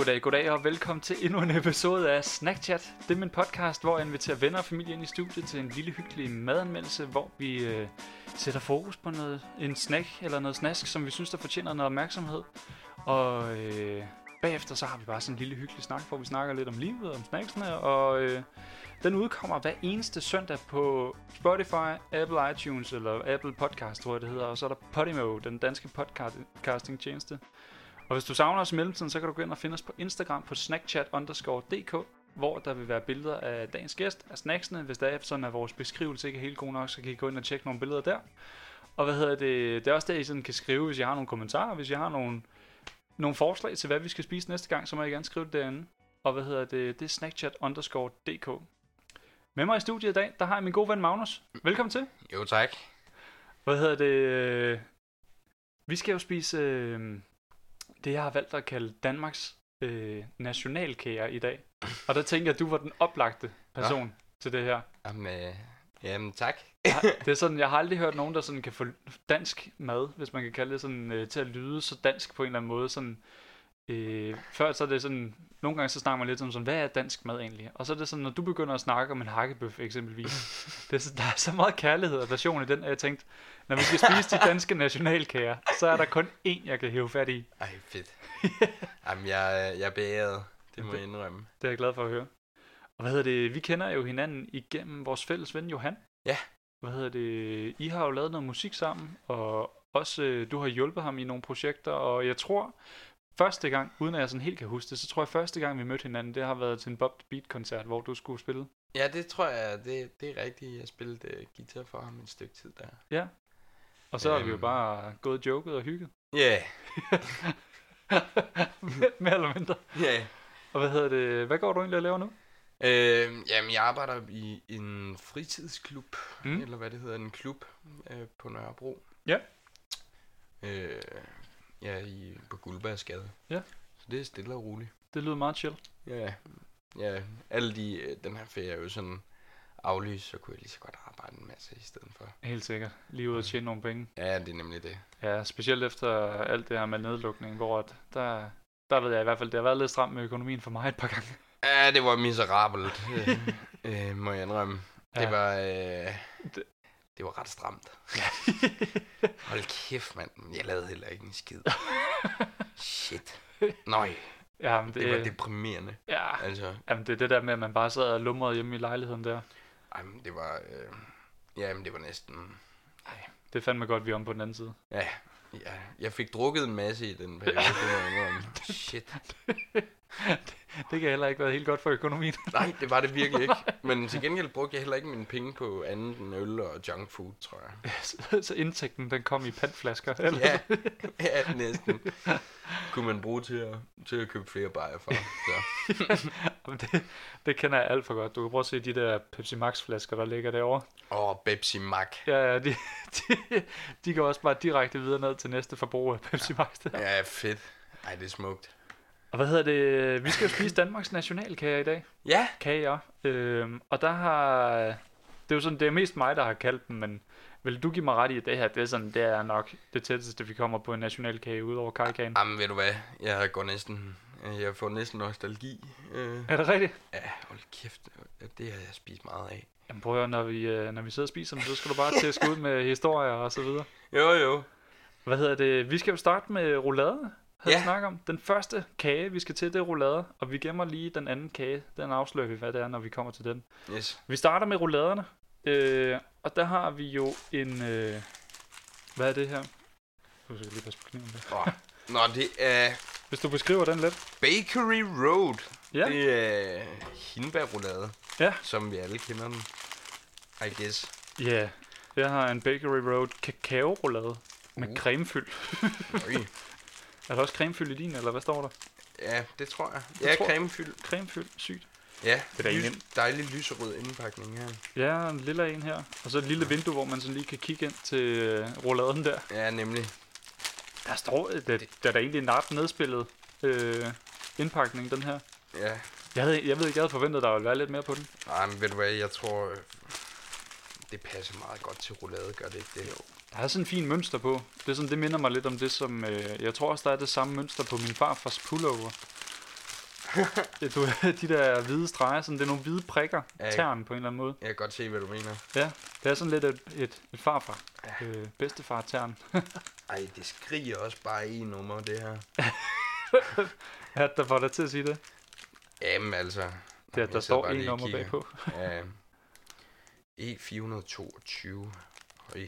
Goddag og velkommen til endnu en episode af Snackchat. Det er min podcast, hvor jeg inviterer venner og familie ind i studiet til en lille hyggelig madanmeldelse, hvor vi sætter fokus på en snack eller noget snask, som vi synes, der fortjener noget opmærksomhed. Og bagefter så har vi bare sådan en lille hyggelig snak, hvor vi snakker lidt om livet og om snacksene. Og den udkommer hver eneste søndag på Spotify, Apple iTunes eller Apple Podcast, tror jeg det hedder. Og så er der Podimo, den danske podcasting-tjeneste. Og hvis du savner os i mellemtiden, så kan du gå ind og finde os på Instagram på snackchat_dk, hvor der vil være billeder af dagens gæst, af snacksene. Hvis der er sådan, at vores beskrivelse ikke er helt god nok, så kan I gå ind og tjekke nogle billeder der. Og det er også der, I sådan kan skrive, hvis I har nogle kommentarer, hvis I har nogle forslag til, hvad vi skal spise næste gang, så må I gerne skrive det derinde. Og det er snackchat_dk. Med mig i studiet i dag, der har jeg min gode ven Magnus. Velkommen til. Jo, tak. Vi skal jo spise det, jeg har valgt at kalde Danmarks nationalkager i dag. Og der tænker jeg, at du var den oplagte person til det her. Jamen tak. Det er sådan, jeg har aldrig hørt nogen, der sådan kan få dansk mad, hvis man kan kalde det sådan, til at lyde så dansk på en eller anden måde. Sådan, før så er det sådan, nogle gange så snakker man lidt om sådan, hvad er dansk mad egentlig? Og så er det sådan, når du begynder at snakke om en hakkebøf eksempelvis, der er så meget kærlighed og passion i den, at jeg tænkte, når vi skal spise de danske nationalkager, så er der kun én, jeg kan hæve fat i. Ej, fedt. Jamen, jeg er beæret. Det må jeg indrømme. Det er jeg glad for at høre. Og vi kender jo hinanden igennem vores fælles ven Johan. Ja. I har jo lavet noget musik sammen, og også du har hjulpet ham i nogle projekter, og jeg tror, første gang, uden at jeg sådan helt kan huske det, så tror jeg første gang, vi mødte hinanden, det har været til en Bob the Beat-koncert, hvor du skulle spille. Ja, det tror jeg, det er rigtigt. Jeg spillede guitar for ham et stykke tid der. Ja. Og så har vi jo bare gået og joket og hygget. Ja. Mere eller mindre. Ja. Og hvad går du egentlig at lave nu? Jamen, jeg arbejder i en fritidsklub, eller hvad det hedder, en klub på Nørrebro. Ja. På Guldbergsgade. Ja. Så det er stille og roligt. Det lyder meget chill. Ja, den her ferie er jo sådan aflyst, så kunne jeg lige så godt arbejde en masse i stedet for. Helt sikkert. Lige ud at tjene nogle penge. Ja, det er nemlig det. Ja, specielt efter alt det her med nedlukning, hvor der ved jeg i hvert fald, det har været lidt stramt med økonomien for mig et par gange. Ja, det var miserabelt, må jeg indrømme. Ja. Det var ret stramt. Hold kæft, mand. Jeg lavede heller ikke en skid. Shit. Nøj. Ja, det var deprimerende. Ja, altså. Jamen, det er det der med, at man bare sad og lumrede hjemme i lejligheden der. Jamen, det var... det var næsten... Ej, det er fandme godt, vi er om på den anden side. Ja, jeg fik drukket en masse i den periode. Shit. Det kan heller ikke være helt godt for økonomien. Nej, det var det virkelig ikke. Men til gengæld brugte jeg heller ikke mine penge på andet end øl og junk food, tror jeg. Så indtægten, den kom i pantflasker? Eller? Ja, næsten. Kunne man bruge til at købe flere bajer for. Ja, det kender jeg alt for godt. Du kan prøve at se de der Pepsi Max flasker, der ligger derovre. Pepsi Max. Ja, de går også bare direkte videre ned til næste forbrug af Pepsi Max. Der. Ja, fedt. Ej, det er smukt. Og vi skal jo spise Danmarks nationalkager i dag. Ja. Kager. Og der har... Det er jo sådan, det er mest mig, der har kaldt dem, men vil du give mig ret i, at det her, det er nok det tætteste, vi kommer på en nationalkage ud over kajkagen? Jamen, ved du hvad? Jeg får næsten nostalgi. Er det rigtigt? Ja, hold kæft. Det har jeg spist meget af. Jamen prøv at høre, når vi sidder og spiser dem, så skal du bare tæske ud med historier og så videre. Jo. Vi skal jo starte med roulade. Snakke om. Den første kage, vi skal til, det er roulade, og vi gemmer lige den anden kage. Den afslører vi, hvad det er, når vi kommer til den. Yes. Vi starter med rouladerne, og der har vi jo en... hvad er det her? Du skal lige passe på kniven der. Nå, det er... Hvis du beskriver den lidt. Bakery Road. Ja. Det er hindbærroulade, som vi alle kender den, I guess. Ja, yeah. Jeg har en Bakery Road kakao-roulade med cremefyld. Er der også cremefyld i din, eller hvad står der? Ja, det tror jeg. Ja, cremefyld. Cremefyld, sygt. Ja, det er dejlig lyserød indpakning her. Ja, en lille en her. Og så et lille vindue, hvor man sådan lige kan kigge ind til rouladen der. Ja, nemlig. Der står, der er da egentlig en ret nedspillet indpakning, den her. Ja. Jeg ved ikke, jeg havde forventet, der ville være lidt mere på den. Nej, men ved du hvad, jeg tror, det passer meget godt til roulade, gør det ikke det? Jo. Der er sådan en fin mønster på. Det minder mig lidt om det, som... jeg tror også, der er det samme mønster på min farfars pullover. De der hvide streger, sådan, det er nogle hvide prikker, Ja, tern på en eller anden måde. Jeg kan godt se, hvad du mener. Ja, det er sådan lidt et farfar. Bedstefar tern. Ej, det skriger også bare i nummer, det her. Ja, der får dig til at sige det. Jamen altså. Det er, der står en nummer bagpå. Ja. E422. Høj.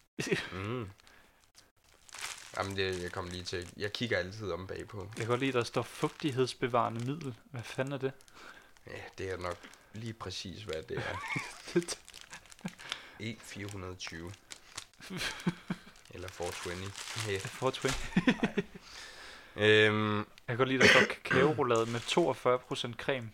Jamen, jeg kommer lige til. Jeg kigger altid om bagpå. Jeg kan godt lide, der står fugtighedsbevarende middel. Hvad fanden er det? Ja, det er nok lige præcis, hvad det er. E420. Eller 420. Yeah. 420. Jeg kan godt lide, der står kakaoroulade med 42% creme.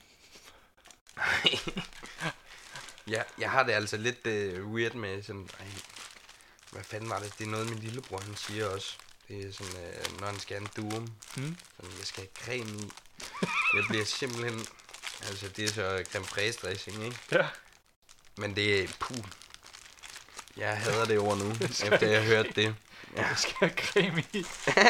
Ja, jeg har det altså lidt weird med sådan... hvad fanden var det? Det er noget, min lillebror han siger også. Det er sådan, når han skal have en durum. Sådan, jeg skal have creme i. Jeg bliver simpelthen... Altså, det er så creme fraise dressing, ikke? Ja. Men det er... Jeg hader det ord nu, efter jeg hørte det. Ja. Jeg skal have creme i.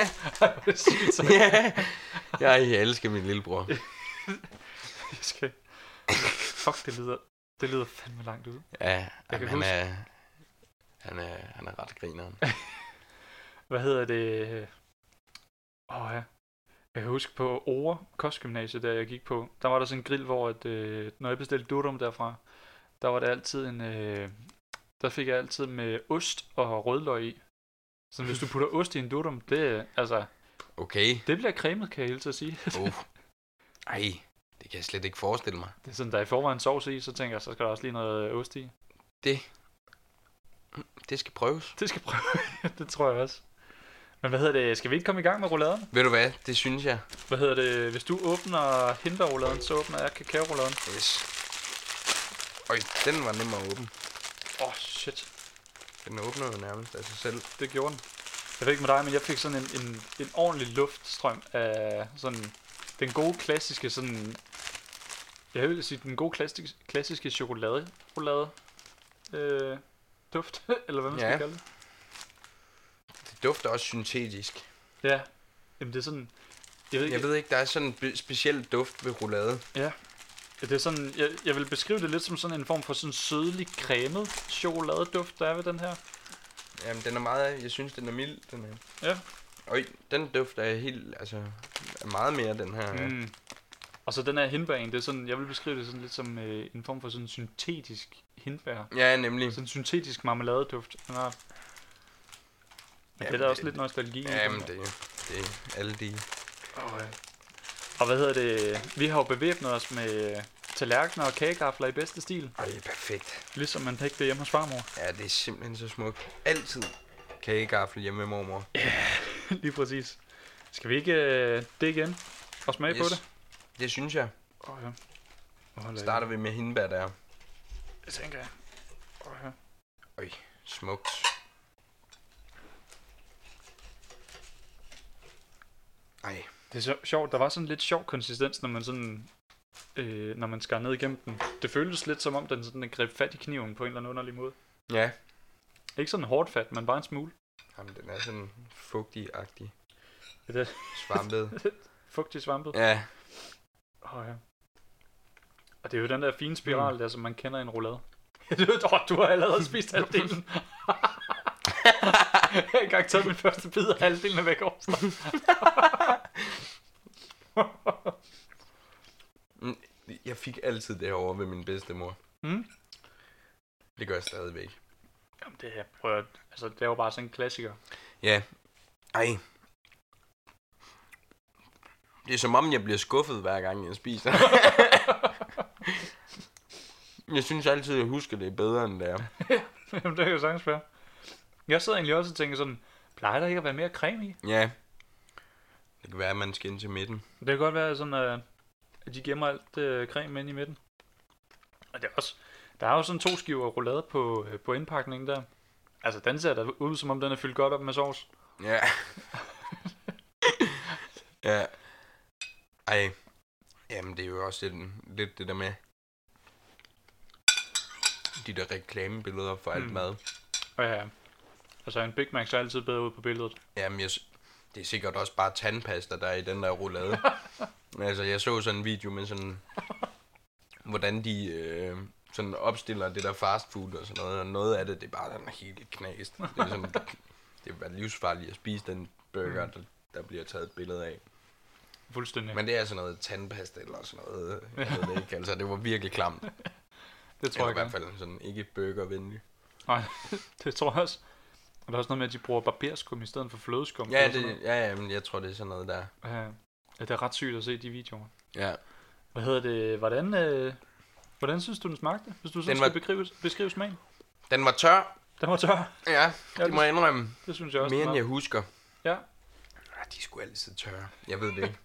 Jeg elsker min lillebror. Jeg skal... Fuck, det lyder fandme langt ud. Ja, han er ret grineren. Hvad hedder det? Ja. Jeg kan huske på Ore Kostgymnasiet, der jeg gik på, der var der sådan en grill, hvor når jeg bestilte durum derfra, der var det altid der fik jeg altid med ost og rødløg i. Så hvis du putter ost i en durum, det altså... Okay. Det bliver cremet, kan jeg helt til at sige. Ej, det kan jeg slet ikke forestille mig. Det er sådan, der er i forvejen sovs i, så tænker jeg, så skal der også lige noget ost i. Det skal prøves. Det skal prøves, det tror jeg også. Men hvad hedder det, skal vi ikke komme i gang med rouladen? Ved du hvad, det synes jeg. Hvad hedder det, hvis du åbner hindbærrouladen, så åbner jeg kakaorouladen. Yes. Øj, den var nem at åbne. Shit. Den åbner jo nærmest af sig selv. Det gjorde den. Jeg ved ikke med dig, men jeg fik sådan en ordentlig luftstrøm af sådan den gode klassiske sådan... Jeg vil sige, den gode klassiske chokolade duft, eller hvad man skal kalde det. Det dufter også syntetisk. Ja, jamen det er sådan... Jeg ved ikke, der er sådan en speciel duft ved roulade. Ja, det er sådan, jeg vil beskrive det lidt som sådan en form for sådan sødlig cremet chokoladeduft, der er ved den her. Jamen den er meget, jeg synes den er mild, den her. Ja. Øj, den duft er helt, altså, er meget mere den her. Ja. Og så den her hindbæren, det er sådan, jeg vil beskrive det sådan lidt som en form for sådan syntetisk hindbær. Ja, nemlig. Sådan en syntetisk marmeladeduft. Men det er der også lidt nostalgi. Jamen det er alle de. Og hvad hedder det? Vi har jo bevæbnet os med tallerkener og kagegafler i bedste stil. Ej, perfekt. Ligesom man fik det hjemme hos farmor. Ja, det er simpelthen så smukt. Altid kagegaffel hjemme med mormor. Ja, lige præcis. Skal vi ikke det igen og smage på det? Det synes jeg. Starter vi med hindbær der. Det tænker jeg. Øj, smukt. Ej. Det er sjovt. Der var sådan lidt sjov konsistens, når man sådan, når man skar ned igennem den. Det føltes lidt som om den sådan greb fat i kniven på en eller anden underlig måde. Ja. Ikke sådan hårdt fat, men bare en smule. Jamen, den er sådan fugtig-agtig. Det svampet. Fugtig svampet. Ja. Ja. Og det er jo den der fine spiral der, som man kender i en roulade. Du har allerede spist halvdelen. Jeg har engang taget min første bid af halvdelen af væk over. Jeg fik altid det over ved min bedstemor. Det gør jeg stadigvæk. Jamen det her, det er jo bare sådan en klassiker. Ja. Ej. Det er som om jeg bliver skuffet hver gang jeg spiser. Jeg synes altid jeg husker det er bedre end det er. Jamen det kan jo sagtens være. Jeg sidder egentlig også og tænker sådan, plejer der ikke at være mere creme i? Ja. Det kan være at man skal ind til midten. Det kan godt være sådan at de gemmer alt creme ind i midten. Og det er også, der er jo sådan 2 skiver roulade på indpakningen der. Altså den ser da ud som om den er fyldt godt op med sovs. Ja. Ja. Ej. Jamen det er jo også lidt det der med de der reklamebilleder for alt mad. Ja. Altså en Big Mac ser altid bedre ud på billedet. Jamen Det er sikkert også bare tandpasta, der er i den der roulade. Altså, jeg så sådan en video med sådan, hvordan de sådan opstiller det der fastfood og sådan noget, og noget af det er bare sådan helt knæst. Det er sådan, det er livsfarligt at spise den burger, der bliver taget et billede af. Fuldstændig. Men det er sådan noget tandpasta eller sådan noget, jeg ved det ikke. Altså, det var virkelig klamt. Det tror jeg i hvert fald sådan ikke burgervenligt. Nej, det tror jeg også. Og der er også noget med, at de bruger barberskum i stedet for flødeskum. Ja, men jeg tror, det er sådan noget der. Ja, det er ret sygt at se de videoer. Ja. Hvad hedder det? Hvordan synes du, den smagte? Hvis du sådan skal beskrive smagen. Den var tør. Den var tør? Ja, det må jeg indrømme. Det synes jeg også. Mere end jeg husker. Ja. De er sgu altid tørre. Jeg ved det ikke.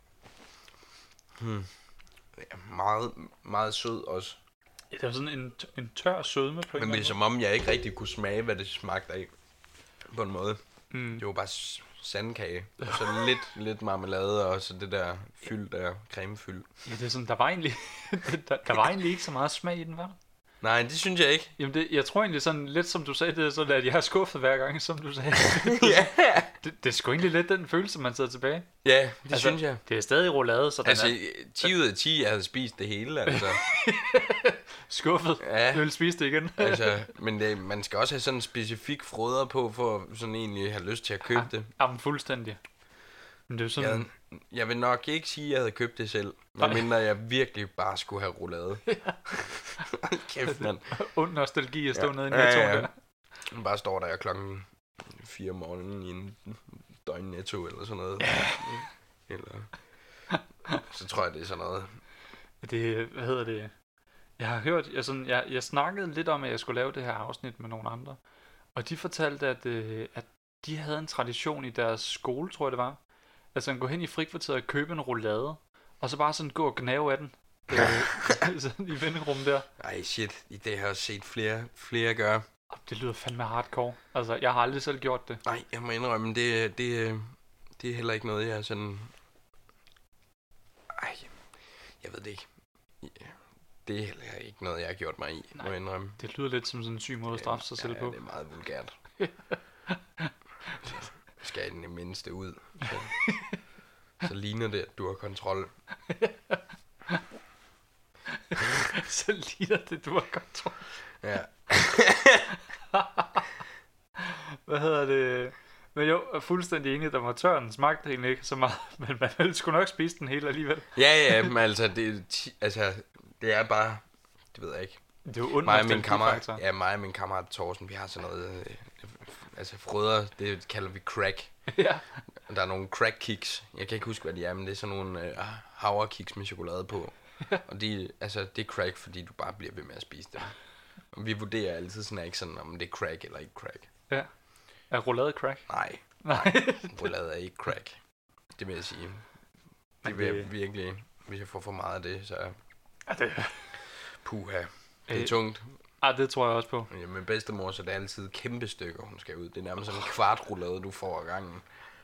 Ja, meget, meget sød også. Ja, det var sådan en tør sødme på en Men det er som om, jeg ikke rigtig kunne smage, hvad det smagte af. På en måde. Det var bare sandkage. Og så lidt marmelade, og så det der fyld der, cremefyld. Ja, det er sådan, der var egentlig ikke så meget smag i den, var der? Nej, det synes jeg ikke. Jamen, jeg tror egentlig sådan, lidt som du sagde, det er sådan, at jeg har skuffet hver gang, som du sagde. Det er sgu egentlig lidt den følelse, man sidder tilbage. Ja, det synes jeg. Det er stadig roulade, så den altså, 10 ud af 10, jeg havde spist det hele, altså. Skuffet. Ja. Jeg vil spise det igen. Altså, men man skal også have sådan en specifik froder på, for sådan egentlig have lyst til at købe det. Jamen, fuldstændig. Men det er sådan... Jeg vil nok ikke sige, at jeg havde købt det selv, medmindre jeg virkelig bare skulle have roulade. Kæft, mand. Und nostalgi at stå nede i Nettoen der. Man bare står der klokken 4 om morgenen i en døgn Netto eller sådan noget. Eller... Så tror jeg, det er sådan noget. Hvad hedder det? Jeg har hørt, jeg snakkede lidt om, at jeg skulle lave det her afsnit med nogle andre. Og de fortalte, at de havde en tradition i deres skole, tror jeg det var. Altså at gå hen i frikvarteret og købe en roulade, og så bare sådan gå og gnave af den. Sådan i venterummet der. Ej shit, det har jeg også set flere gøre. Det lyder fandme hardcore. Altså, jeg har aldrig selv gjort det. Nej, jeg må indrømme, det er heller ikke noget, jeg er sådan... Ej, jeg ved det ikke. Det er heller ikke noget, jeg har gjort mig i, må jeg indrømme. Det lyder lidt som sådan en syg måde at straffe sig selv på. Ja, det er meget vulgært. Skal jeg den mindste ud, så ligner det, at du har kontrol. Så ligner det, du har kontrol. Ja. Hvad hedder det? Men jo, er fuldstændig enig, der var tør, den smagte egentlig ikke så meget, men man ville sgu nok spise den hele alligevel. Ja, men altså, det er bare, det ved jeg ikke. Det er jo ondt, mig og min kammerat Thorsten, vi har sådan noget, altså frøder, det kalder vi crack. Ja. Der er nogle crack kicks, jeg kan ikke huske, hvad de er, men det er sådan nogle havrekiks med chokolade på. Og det er crack, fordi du bare bliver ved med at spise dem. Og vi vurderer altid sådan, ikke sådan, om det er crack eller ikke crack. Ja. Er roulade crack? Nej. Roulade er ikke crack. Det vil jeg sige. Det vil virkelig, hvis jeg får for meget af det, så... Puha. Det er tungt. Det tror jeg også på. Ja, med bedstemor, så det er altid kæmpe stykker, hun skal ud. Det er nærmest sådan en kvart roulade, du får ad gangen.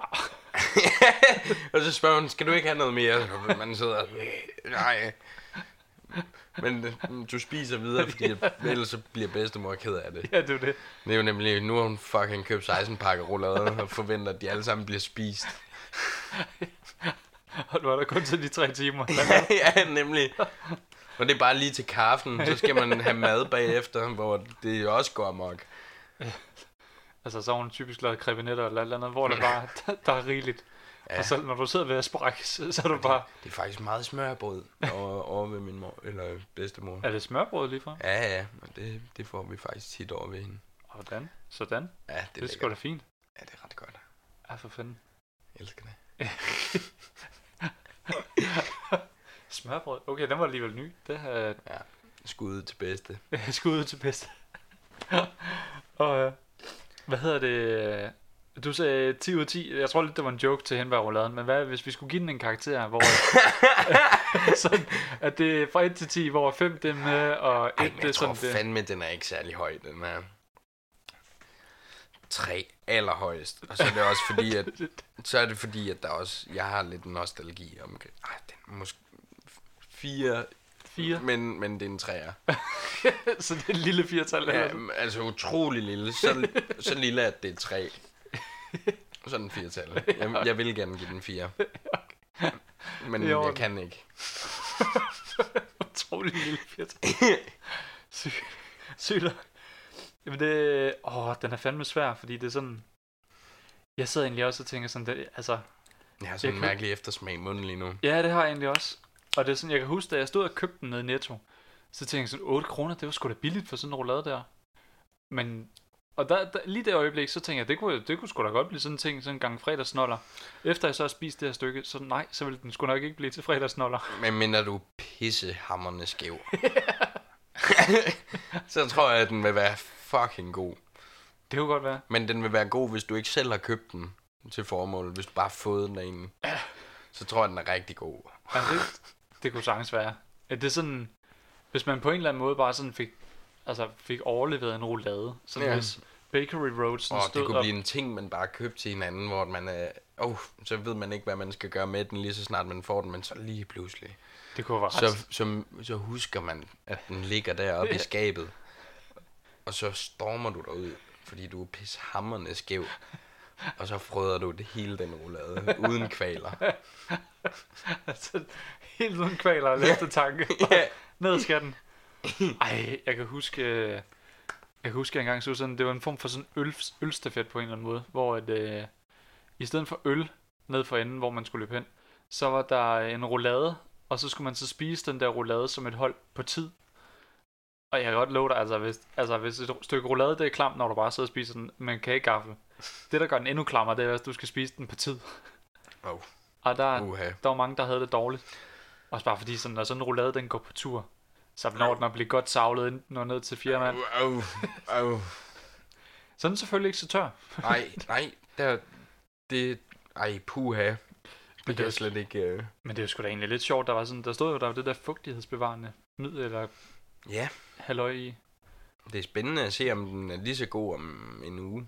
Og så spørger hun, skal du ikke have noget mere? Så man sidder nej. Men du spiser videre, fordi ellers så bliver bedstemor ked af det. Ja, det er det. Det er jo nemlig, nu har hun fucking købt 16 pakker roulade og forventer, at de alle sammen bliver spist. Og du er der kun til de 3 timer. Ja, nemlig. Og det er bare lige til kaffen, så skal man have mad bagefter, hvor det også går amok. Altså, så har hun typisk lavet krebinetter eller andet, hvor der bare der er rigeligt. Ja. Og så når du sidder ved at sprække, så er du bare... Det er faktisk meget smørbrød over ved min mor, eller bedstemor. Er det smørbrød lige fra? Ja, og det får vi faktisk tit over ved hende. Hvordan? Sådan? Ja, det er sgu da fint. Ja, det er ret godt. Ja, for fanden. Jeg elsker det. Smørbrød? Okay, den var alligevel ny. Det har... Ja, skud til bedste. Skud til bedste. Og hvad hedder det... Du sagde 10 ud af 10. Jeg tror lidt, det var en joke til hende, rouladen. Men hvad hvis vi skulle give den en karakter, hvor... sådan, at det er fra 1 til 10, hvor 5 det er med, og 1 det er sådan det... Jeg tror fandme, den er ikke særlig høj, den er 3 allerhøjest. Og så er det også fordi, at der også... Jeg har lidt nostalgi om... den er måske 4... Men det er en 3'er. Så det er en lille 4-tal? Ja, altså utrolig lille. Så lille, at det er 3. Sådan en 4-tal. Jeg vil gerne give den 4. Men Jo. jeg kan ikke. Utrolig lille 4-tal. Sygt. Jamen den er fandme svær, fordi det er sådan... Jeg sidder egentlig også og tænker sådan, Jeg har sådan en mærkelig eftersmag i munden lige nu. Ja, det har jeg egentlig også. Og det er sådan, jeg kan huske, da jeg stod og købte den nede i Netto, så tænkte jeg sådan, 8 kroner, det var sgu da billigt for sådan en roulade der. Men, og lige det øjeblik, så tænkte jeg, det kunne sgu da godt blive sådan en ting, sådan en gang fredagssnoller. Efter jeg så har spist det her stykke, så nej, så ville den sgu nok ikke blive til fredagssnoller. Men mindre du er pissehammerende skæv. Så tror jeg, at den vil være fucking god. Det kunne godt være. Men den vil være god, hvis du ikke selv har købt den til formål. Hvis du bare har fået den derinde. Så tror jeg, den er rigtig god. Altså, det kunne sagtens være. Det er sådan, hvis man på en eller anden måde bare sådan fik overleveret en roulade. Sådan hvis Bakery Road sådan stod det kunne op. blive en ting, man bare købte til hinanden, hvor man så ved man ikke, hvad man skal gøre med den, lige så snart man får den, men så lige pludselig. Det kunne være ret. Så husker man, at den ligger deroppe i skabet. Og så stormer du derud, fordi du er pishamrende skæv. Og så frøder du det hele den roulade, uden kvaler. Altså, helt uden kvaler og lefte tanke. Ja. Ned skal den. Ej, jeg kan huske, jeg engang så sådan, det var en form for sådan ølstafet på en eller anden måde, hvor i stedet for øl ned for enden, hvor man skulle løbe hen, så var der en roulade, og så skulle man så spise den der roulade som et hold på tid. Og jeg kan godt love dig, hvis et stykke roulade, det er klamt, når du bare sidder og spiser den med en kagegaffel. Det, der gør den endnu klammer, det er, at du skal spise den på tid. Og der var mange, der havde det dårligt. Også bare fordi, når sådan en roulade, den går på tur, så når den at blive godt savlet, inden den når ned til 4 mand. Så er den selvfølgelig ikke så tør. Nej, puha. Det kan jeg slet ikke... Men det er jo sgu da egentlig lidt sjovt, der stod jo der var det der fugtighedsbevarende middel, eller halløj i. Det er spændende at se, om den er lige så god om en uge.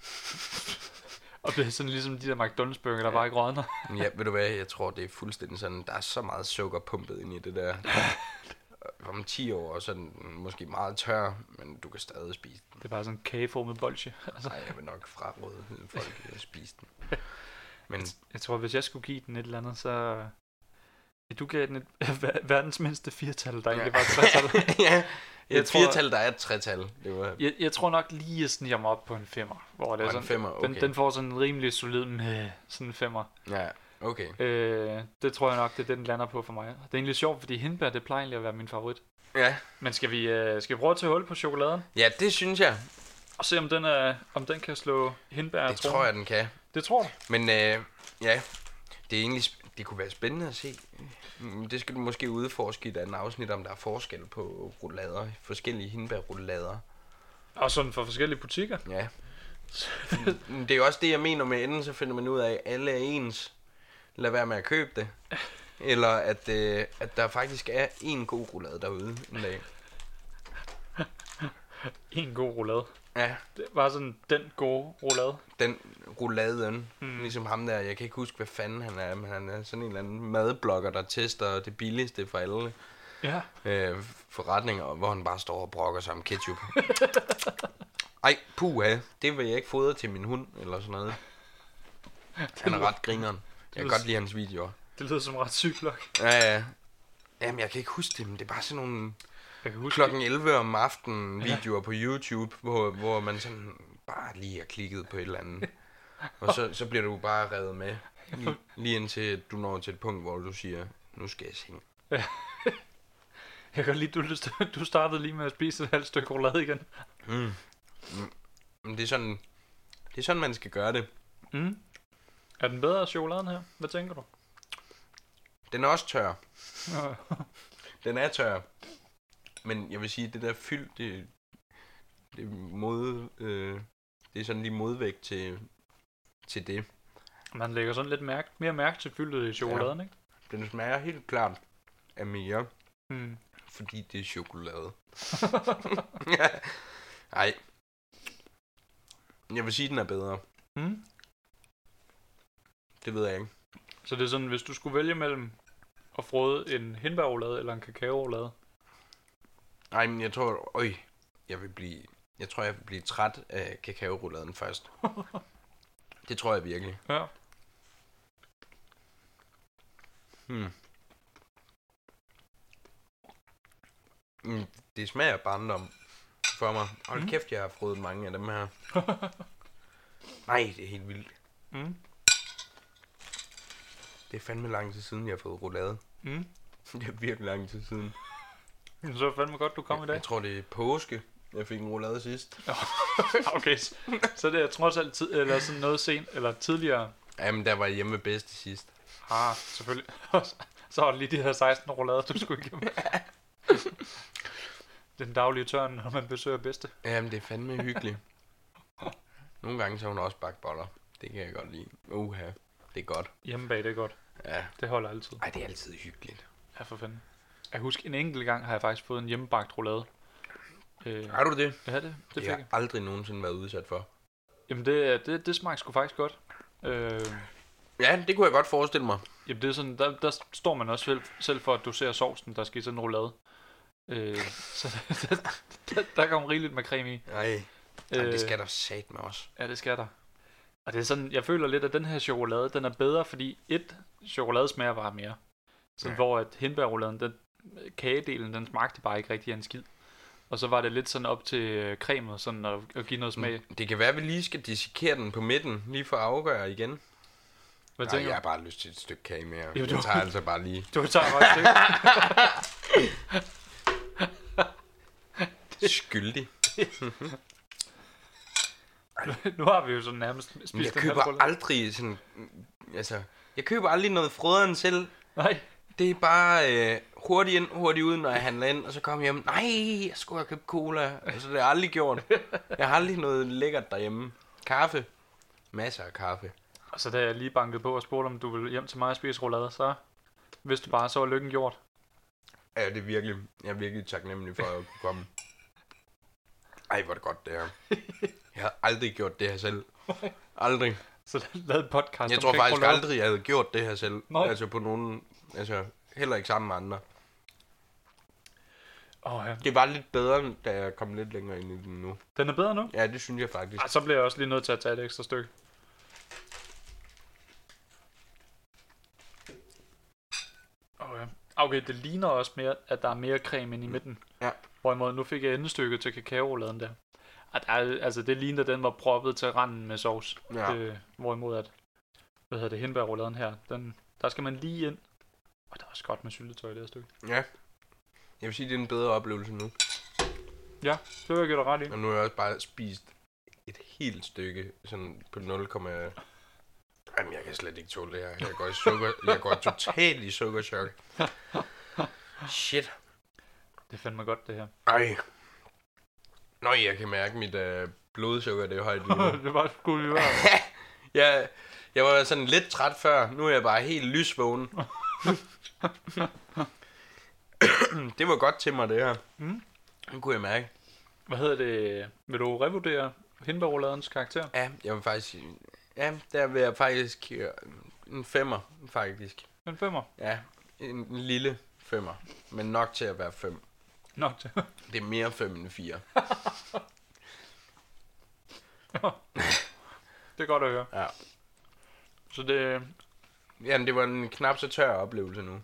Og det er sådan ligesom de der McDonald's-burger, der bare ikke rådner. Ja, ved du hvad, jeg tror, det er fuldstændig sådan, der er så meget sukker pumpet ind i det der. Om 10 år, så er den måske meget tør, men du kan stadig spise den. Det er bare sådan en kageformet bolsje. Nej, jeg vil nok fraråde folk at spise den. Men jeg tror, hvis jeg skulle give den et eller andet, så... Du gav den verdens mindste 4-tal, der egentlig var et 3-tal. Ja, et 4-tal, der er et 3-tal. Jeg tror nok lige, jeg sniger mig op på en 5'er. Hvor det er sådan, 5'er, okay. Den får sådan en rimelig solid med sådan en 5'er. Ja, okay. Det tror jeg nok, det er den lander på for mig. Det er egentlig sjovt, fordi hindbær, det plejer egentlig at være min favorit. Ja. Men skal vi prøve at tage hul på chokoladen? Ja, det synes jeg. Og se, om den kan slå hindbær. Det tror jeg, den kan. Det tror du? Men ja, det er egentlig... Det kunne være spændende at se. Det skal du måske udforske i et andet afsnit, om der er forskel på roulader, forskellige hindbærroulader. Og sådan for forskellige butikker? Ja. Det er jo også det, jeg mener med enden, så finder man ud af, at alle er ens. Lad være med at købe det. Eller at der faktisk er en god roulade derude en dag. En god roulade? Ja. Det var sådan den gode roulade? Den rouladen. Ligesom ham der, jeg kan ikke huske, hvad fanden han er, men han er sådan en eller anden madblogger, der tester det billigste for alle forretninger, hvor han bare står og brokker sig om ketchup. Ej, puha, det vil jeg ikke fodre til min hund, eller sådan noget. Han er ret grineren. Jeg kan godt lide hans videoer. Det lyder som ret sygt nok. Ja. Jamen, jeg kan ikke huske det, men det er bare sådan nogle klokken 11 om aftenen videoer på YouTube, hvor man sådan bare lige har klikket på et eller andet. Og så bliver du bare revet med. Lige indtil du når til et punkt, hvor du siger, nu skal jeg synge. Ja. Jeg kan godt lide, du startede lige med at spise et halvt stykke roulade igen. Men det er sådan, man skal gøre det. Er den bedre chokoladen her? Hvad tænker du? Den er også tør. Den er tør. Men jeg vil sige, det der fyld, det er sådan lige modvægt til det. Man lægger sådan lidt mere mærke til fyldet i chokoladen, ikke? Den smager helt klart af mere. Fordi det er chokolade. Nej. Jeg vil sige, den er bedre. Det ved jeg ikke. Så det er sådan, hvis du skulle vælge mellem at frode en hindbærroulade eller en kakaoroulade? Nej, men jeg tror, jeg vil blive træt af kakaorouladen først. Det tror jeg virkelig. Ja. Det smager barndom for mig. Hold kæft, jeg har fået mange af dem her. Nej, det er helt vildt. Det er fandme lang tid siden, jeg har fået roulade. Det er virkelig lang tid siden. Så er fandme godt, du kom i dag. Jeg tror, det er påske, jeg fik en roulade sidst. Okay, så det er trods alt eller sådan noget sent, eller tidligere. Jamen, der var jeg hjemme ved bedste sidst. Selvfølgelig. Så var det lige de her 16 roulader, du skulle igennem. Den daglige tørn, når man besøger bedste. Jamen, det er fandme hyggeligt. Nogle gange så hun også bagt boller. Det kan jeg godt lide. Det er godt. Hjemmebag, det er godt. Ja. Det holder altid. Ej, det er altid hyggeligt. Ja, for fanden. Jeg husker, en enkelt gang har jeg faktisk fået en hjemmebagt roulade. Har du det? Ja, det fik jeg. Jeg har aldrig nogensinde været udsat for. Jamen, det smagte sgu faktisk godt. Ja, det kunne jeg godt forestille mig. Jamen, det er sådan, der står man også selv for at dosere sovsen, der skal i sådan en roulade. Så der kommer rigeligt med creme i. Nej, det skal der sat med os. Ja, det skal der. Og det er sådan, jeg føler lidt, at den her chokolade, den er bedre, fordi chokolade smager bare mere. Så hvor at hindbærrouladen, den kagedelen, den smagte bare ikke rigtig af en skid. Og så var det lidt sådan op til cremet, sådan at give noget smag. Det kan være, at vi lige skal dissekere den på midten, lige for at afgøre igen. Hvad tænker du? Jeg har bare lyst til et stykke kage mere. Jo, jeg tager altså bare lige. Du tager bare et stykke. Skyldig. Nu har vi jo sådan nærmest spist jeg køber aldrig sådan, altså, jeg køber aldrig noget frøderen selv. Nej. Det er bare hurtigt ind, hurtigt ud, når jeg handler ind, og så kommer jeg hjem. Nej, jeg skulle have købt cola. Altså, det har jeg aldrig gjort. Jeg har aldrig noget lækkert derhjemme. Kaffe. Masser af kaffe. Og så da jeg lige bankede på og spurgte, om du ville hjem til mig og spise roulade, så vidste du bare, så var lykken gjort. Ja, det er virkelig. Jeg er virkelig taknemmelig for at kunne komme. Ej, hvor er det godt, det her. Jeg har aldrig gjort det her selv. Aldrig. Så lavede et podcast. Jeg tror faktisk aldrig, jeg havde gjort det her selv. Nej. Altså på nogen, altså heller ikke sammen med andre. Ja. Det var lidt bedre, da jeg kom lidt længere ind i den nu. Den er bedre nu? Ja, det synes jeg faktisk. Så bliver jeg også lige nødt til at tage et ekstra stykke. Ja. Okay, det ligner også mere, at der er mere creme inde i midten. Ja. Hvorimod, nu fik jeg endestykket til kakaorouladen der. Altså, det ligner, den var proppet til randen med sovs. Ja. Hvorimod, at hindbærrouladen her, der skal man lige ind. Og det er også godt med syltetøj, det her stykke. Ja. Jeg vil sige, det er en bedre oplevelse nu. Ja, det vil jeg give dig ret i. Og nu har jeg også bare spist et helt stykke, sådan på 0, jamen, jeg kan slet ikke tåle det her. Jeg går totalt i sukkerchok. Shit. Det er fandme godt, det her. Ej. Nå, jeg kan mærke mit blodsukker, det er højt lige. Det var sgu lige være. Jeg var sådan lidt træt før. Nu er jeg bare helt lysvågen. Det var godt til mig, det her. Nu kunne jeg mærke. Hvad hedder det? Vil du revurdere hindbærrouladens karakter? Ja, jeg vil faktisk... Ja, der vil jeg faktisk... En 5'er, faktisk. En 5'er? Ja, en lille 5'er. Men nok til at være 5. Nok til. Det er mere 5 end 4. Det er godt at høre. Ja. Så det... Jamen, det var en knap så tør oplevelse nu.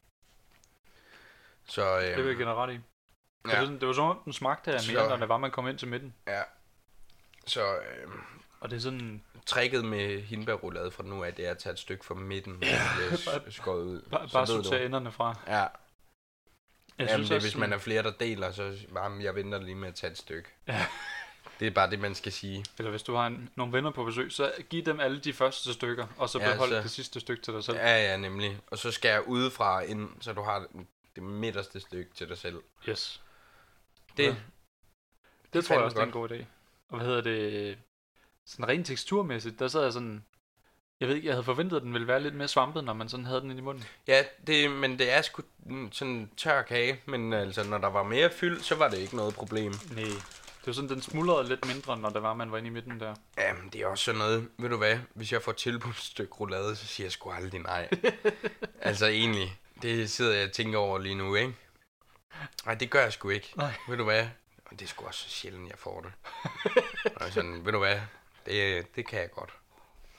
Så... Det vil jeg give dig ret i. Ja. Det var sådan, den smagte af mere, når det var, man kom ind til midten. Ja. Så... Og det er sådan... Tricket med hindbærroulade fra nu af, det er at tage et stykke fra midten, ja, og det skåret ud. Bare sortere enderne fra. Ja. Jeg Jamen, synes det er, også, hvis man er flere, der deler, så jeg venter lige med at tage et stykke. Ja. Det er bare det, man skal sige. Eller hvis du har nogle venner på besøg, så giv dem alle de første stykker, og så behold det sidste stykke til dig selv. Ja, nemlig. Og så skal jeg udefra ind, så du har det midterste stykke til dig selv. Yes. Det tror jeg også, det er en god idé. Og hvad hedder det? Sådan rent teksturmæssigt, der sad jeg sådan... Jeg ved ikke, jeg havde forventet, at den ville være lidt mere svampet, når man sådan havde den i munden. Ja, men det er sgu sådan en tør kage, men altså, når der var mere fyld, så var det ikke noget problem. Nej, det var sådan, den smuldrede lidt mindre, når det var, man var inde i midten der. Jamen, det er også sådan noget, ved du hvad, hvis jeg får tilbudt et stykke roulade, så siger jeg sgu aldrig nej. Altså egentlig, det sidder jeg og tænker over lige nu, ikke? Nej, det gør jeg sgu ikke. Nej. Ved du hvad, og det er sgu også så sjældent, jeg får det. Og sådan, ved du hvad, det kan jeg godt.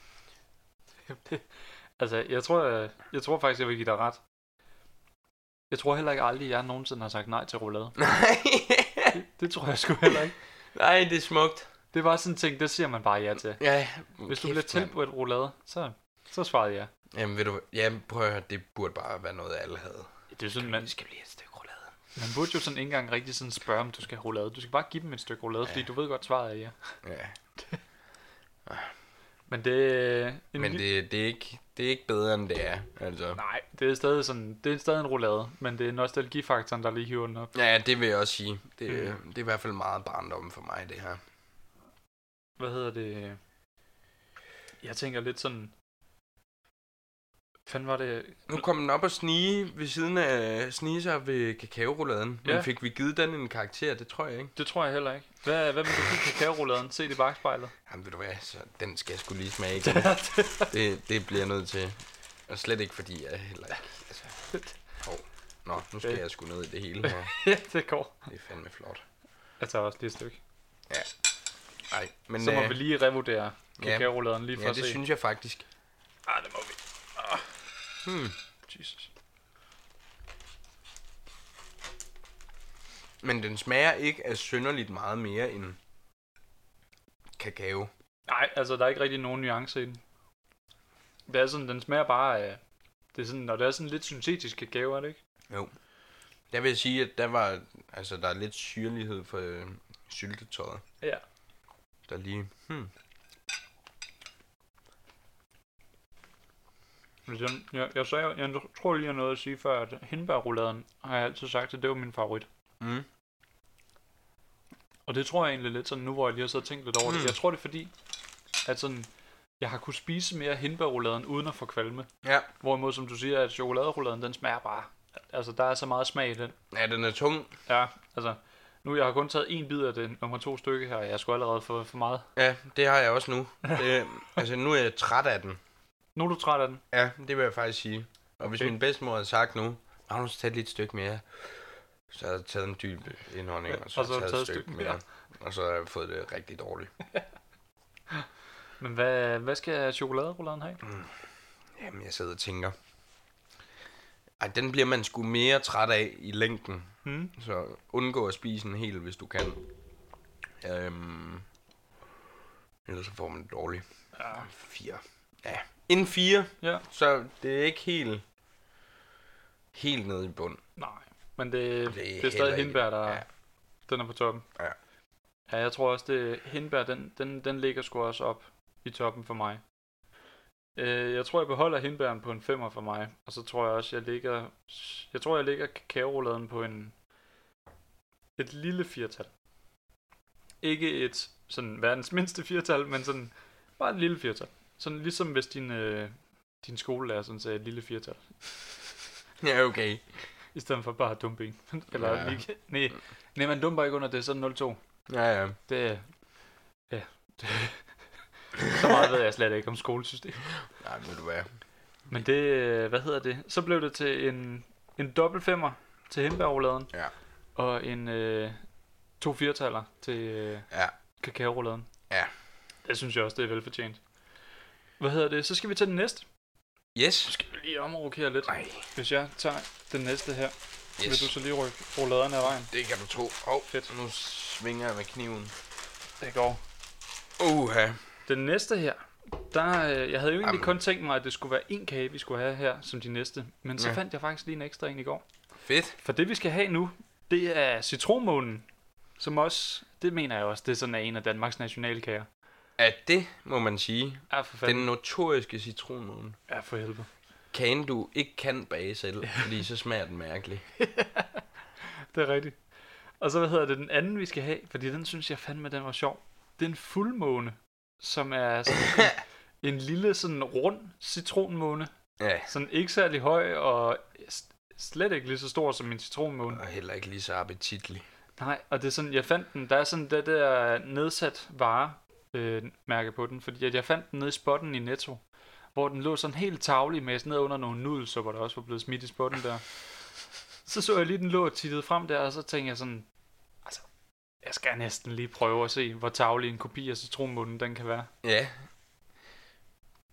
Altså, jeg tror faktisk, jeg vil give dig ret. Jeg tror heller ikke aldrig, jeg nogensinde har sagt nej til roulade. Nej. Det tror jeg sgu heller ikke. Nej, det er smukt. Det var sådan en ting, det siger man bare ja til. Ja, Hvis du bliver tilbudt roulade, så svarede jeg. Jamen, ved du, prøv at høre, det burde bare være noget, alle havde. Det er sådan, man skal blive et stykke roulade. Man burde jo sådan ikke engang rigtig sådan spørge, om du skal have roulade. Du skal bare give dem et stykke roulade, fordi du ved godt, svaret er ja. Ja. Men det... det er ikke bedre, end det er. Altså. Nej, det er stadig en roulade, men det er nostalgifaktoren, der lige hiver den op. Ja, det vil jeg også sige. Det er i hvert fald meget barndom for mig, det her. Hvad hedder det? Jeg tænker lidt sådan... Fanden var det... Nu kom den op og snige sig ved kakaorouladen. Ja. Men fik vi givet den en karakter? Det tror jeg ikke. Det tror jeg heller ikke. Hvad vil du give kakaorouladen? Se det i bagspejlet. Jamen ved du hvad, så den skal jeg sgu lige smage igen. det bliver jeg nødt til. Og slet ikke fordi jeg heller ikke... Altså, nu skal jeg sgu ned i det hele her. Ja, det går. Det er fandme flot. Jeg tager også lige et stykke. Ja. Ej, men, så må vi lige revurdere kakaorouladen lige for at se. Ja, det synes jeg faktisk. Det må vi. Jesus. Men den smager ikke af synderligt meget mere end kakao. Nej, altså der er ikke rigtig nogen nuance i den. Det er sådan, den smager bare af... Det er sådan, når det er sådan lidt syntetisk kakao, er det ikke? Jo. Jeg vil sige, at der er lidt syrlighed for syltetøjet. Ja. Der lige... Jeg tror lige, jeg nåede at sige før, at hindbærrouladen har jeg altid sagt, at det var min favorit. Og det tror jeg egentlig lidt sådan nu, hvor jeg lige har siddet og tænkt lidt over det. Jeg tror det er fordi, at sådan, jeg har kunnet spise mere hindbærrouladen uden at få kvalme. Ja. Hvorimod, som du siger, at chokoladerouladen, den smager bare... Altså, der er så meget smag i den. Ja, den er tung. Ja, altså... Nu jeg har kun taget en bid af det nummer 2 stykke her, og jeg skulle allerede få for meget. Ja, det har jeg også nu. Nu er jeg træt af den. Nu er du træt af den? Ja, det vil jeg faktisk sige. Og hvis min bedstemor havde sagt nu, Magnus, tag lige et stykke mere, så havde jeg taget en dyb indånding, og så taget et stykke mere. Og så har jeg fået det rigtig dårligt. Men hvad skal chokoladerouladen have? Jamen, jeg sidder og tænker. Den bliver man sgu mere træt af i længden. Så undgå at spise en hel, hvis du kan. Ellers så får man det dårligt. 4. Ja, en 4. Ja. Så det er ikke helt nede i bund. Nej, men det er stadig hindbær, der den er på toppen. Ja. Ja, jeg tror også, det hindbær, den ligger sgu også op i toppen for mig. Jeg tror, jeg beholder hindbæren på en 5'er for mig. Og så tror jeg også, jeg ligger kakaorouladen på et lille 4-tal. Ikke et sådan verdens mindste 4-tal, men sådan bare et lille 4-tal. Sådan ligesom hvis din skolelærer sådan sagde et lille 4-tal. Ja, okay. I stedet for bare dumping. Eller nej, man dumper ikke under det, sådan 0-2. Ja. Så meget ved jeg slet ikke om skolesystemet. Nej, må du være. Men det, hvad hedder det? Så blev det til en dobbelt 5'er til hindbærrouladen. Ja. Og en 2 4-taller til kakaorouladen. Ja. Det synes jeg også, det er velfortjent. Hvad hedder det? Så skal vi til den næste. Yes. Så skal vi lige omrokere lidt. Hvis jeg tager den næste her, yes. Vil du så lige rykke rouladerne af vejen? Det kan du tro. Fedt. Nu svinger jeg med kniven. Det går. Den næste her, jeg havde jo egentlig kun tænkt mig, at det skulle være en kage, vi skulle have her som de næste. Men så fandt jeg faktisk lige en ekstra en i går. Fedt. For det vi skal have nu, det er citronmånen. Som også, det mener jeg også, det er sådan en af Danmarks nationalkager. Ja, det må man sige. Ja, for fanden. Den notoriske citronmåne. Ja, for helvede. Kagen du ikke kan bage selv, fordi så smager den mærkeligt. Det er rigtigt. Og så hvad hedder det, den anden vi skal have, fordi den synes jeg fandme, den var sjov. Det er en fuldmåne, som er sådan en lille sådan rund citronmåne. Ja. Sådan ikke særlig høj og slet ikke lige så stor som en citronmåne. Og heller ikke lige så appetitlig. Nej, og det er sådan, jeg fandt den, der er sådan det der nedsat varemærke på den, fordi jeg fandt den nede i spotten i Netto, hvor den lå sådan helt tavlig med ned under nogle nudelsupper, der også var blevet smidt i spotten der. Så jeg lige, den lå og tittede frem der, og så tænkte jeg sådan, altså, jeg skal næsten lige prøve at se, hvor tavlig en kopi af citronmånen den kan være. Ja.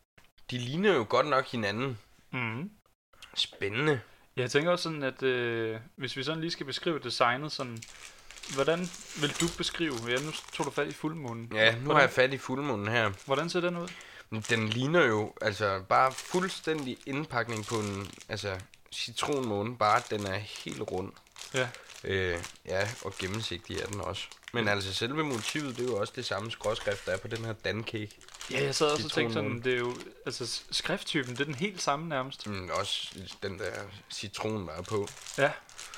de ligner jo godt nok hinanden. Mhm. Spændende. Jeg tænker også sådan, at hvis vi sådan lige skal beskrive designet sådan, hvordan vil du beskrive? Ja, nu tog du fat i fuldmånen. Ja, nu har jeg fat i fuldmånen her. Hvordan ser den ud? Den ligner jo altså bare fuldstændig indpakning på en citronmåne, bare at den er helt rund. Ja. Ja, og gennemsigtig er den også. Men altså selve motivet, det er jo også det samme skråskrift, der er på den her dancake. Ja, jeg sad også og tænkte sådan, det er jo, altså skrifttypen, det er den helt samme nærmest. Også den der citron, der er på. Ja.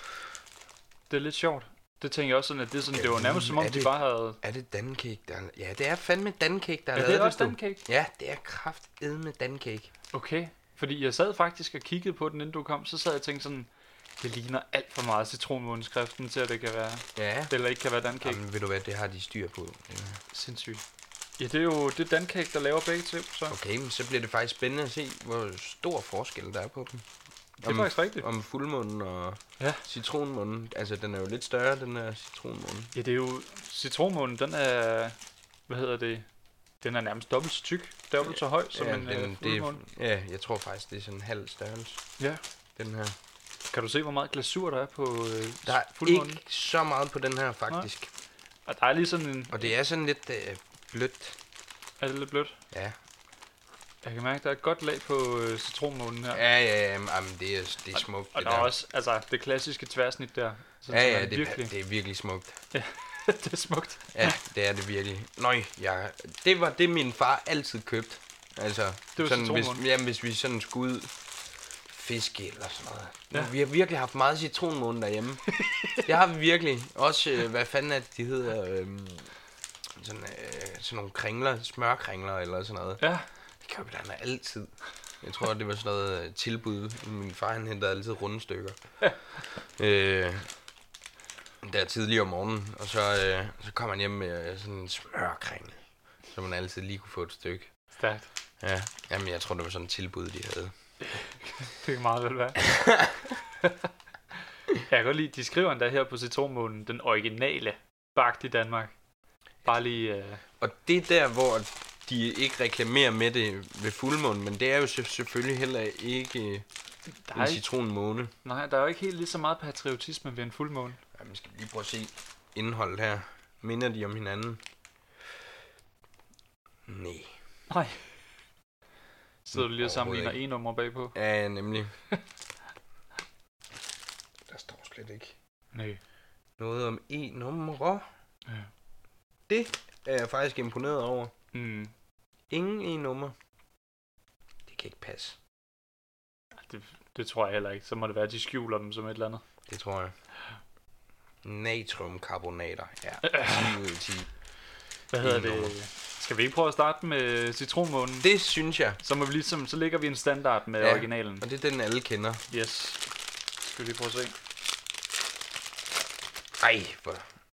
Det er lidt sjovt. Det tænker jeg også sådan, at det er sådan, det var nærmest som om, de bare havde... Er det dancake, der... Ja, det er fandme dancake, der har lavet det. Ja, det er også dancake? Ja, det er kraftedme dancake. Okay, fordi jeg sad faktisk og kiggede på den, inden du kom, så sad jeg og tænkte sådan, det ligner alt for meget citronmåneskriften til, at det kan være... Ja. Eller ikke kan være dancake. Jamen, ved du hvad, det har de styr på. Ja. Sindssygt. Ja, det er jo det dancake, der laver begge til, så. Okay, men så bliver det faktisk spændende at se, hvor stor forskel der er på dem. Det er faktisk rigtigt. Om fuldmånen og citronmånen. Altså, den er jo lidt større, den her citronmånen. Ja, det er jo... Citronmånen, den er... Hvad hedder det? Den er nærmest dobbelt så tyk. Dobbelt så høj som en fuldmåne. Ja, jeg tror faktisk, det er sådan en halv størrelse. Ja. Den her. Kan du se, hvor meget glasur der er på fuldmånen? Der er ikke så meget på den her, faktisk. Nej. Og der er lige sådan en... Og det er sådan lidt blødt. Er det lidt blødt? Ja. Jeg kan mærke, der er et godt lag på citronmånen her. Ja, men det er smukt. Og der er også altså, det klassiske tværsnit der. Sådan, ja, det er virkelig smukt. Ja, det er smukt. Ja, det er det virkelig. Nøj, det var det, min far altid købte. Altså, det var sådan, hvis vi sådan skulle ud fiske eller sådan noget. Ja. Vi har virkelig haft meget citronmåne derhjemme. Det har vi virkelig. Også, hvad fanden er det, de hedder... sådan nogle kringler, smørkringler eller sådan noget. Ja. Det købte han altid. Jeg tror, det var sådan noget tilbud. Min far, han hentede altid runde stykker. Der tidligere om morgenen, og så kom han hjem med sådan en smørkringle, så man altid lige kunne få et stykke. Stærkt. Ja, jamen jeg tror, det var sådan et tilbud, de havde. Det kan meget vel være. Jeg kan godt lide, de skriver endda her på citronmånen, den originale bagt i Danmark. Bare lige... Og det er der, hvor de ikke reklamerer med det ved fuldmånen, men det er jo selvfølgelig heller ikke en citronmåne. Nej, der er jo ikke helt lige så meget patriotisme ved en fuldmåne. Jamen, skal vi lige prøve at se indholdet her. Minder de om hinanden? Nej. Sidder du lige og sammenligner E-nummer bagpå? Ja, nemlig. Der står slet ikke noget om E-numre. Ja. Det er jeg faktisk imponeret over. Ingen E-nummer. Det kan ikke passe. Det tror jeg heller ikke. Så må det være, at de skjuler dem som et eller andet. Det tror jeg. Natriumkarbonater. Ja, 10 ud af 10. Hvad hedder det? Skal vi ikke prøve at starte med citronmånen? Det synes jeg. Så må vi ligesom, så lægger vi en standard med originalen. Og det er den, alle kender. Yes. Skal vi lige prøve at se? Ej, hvor...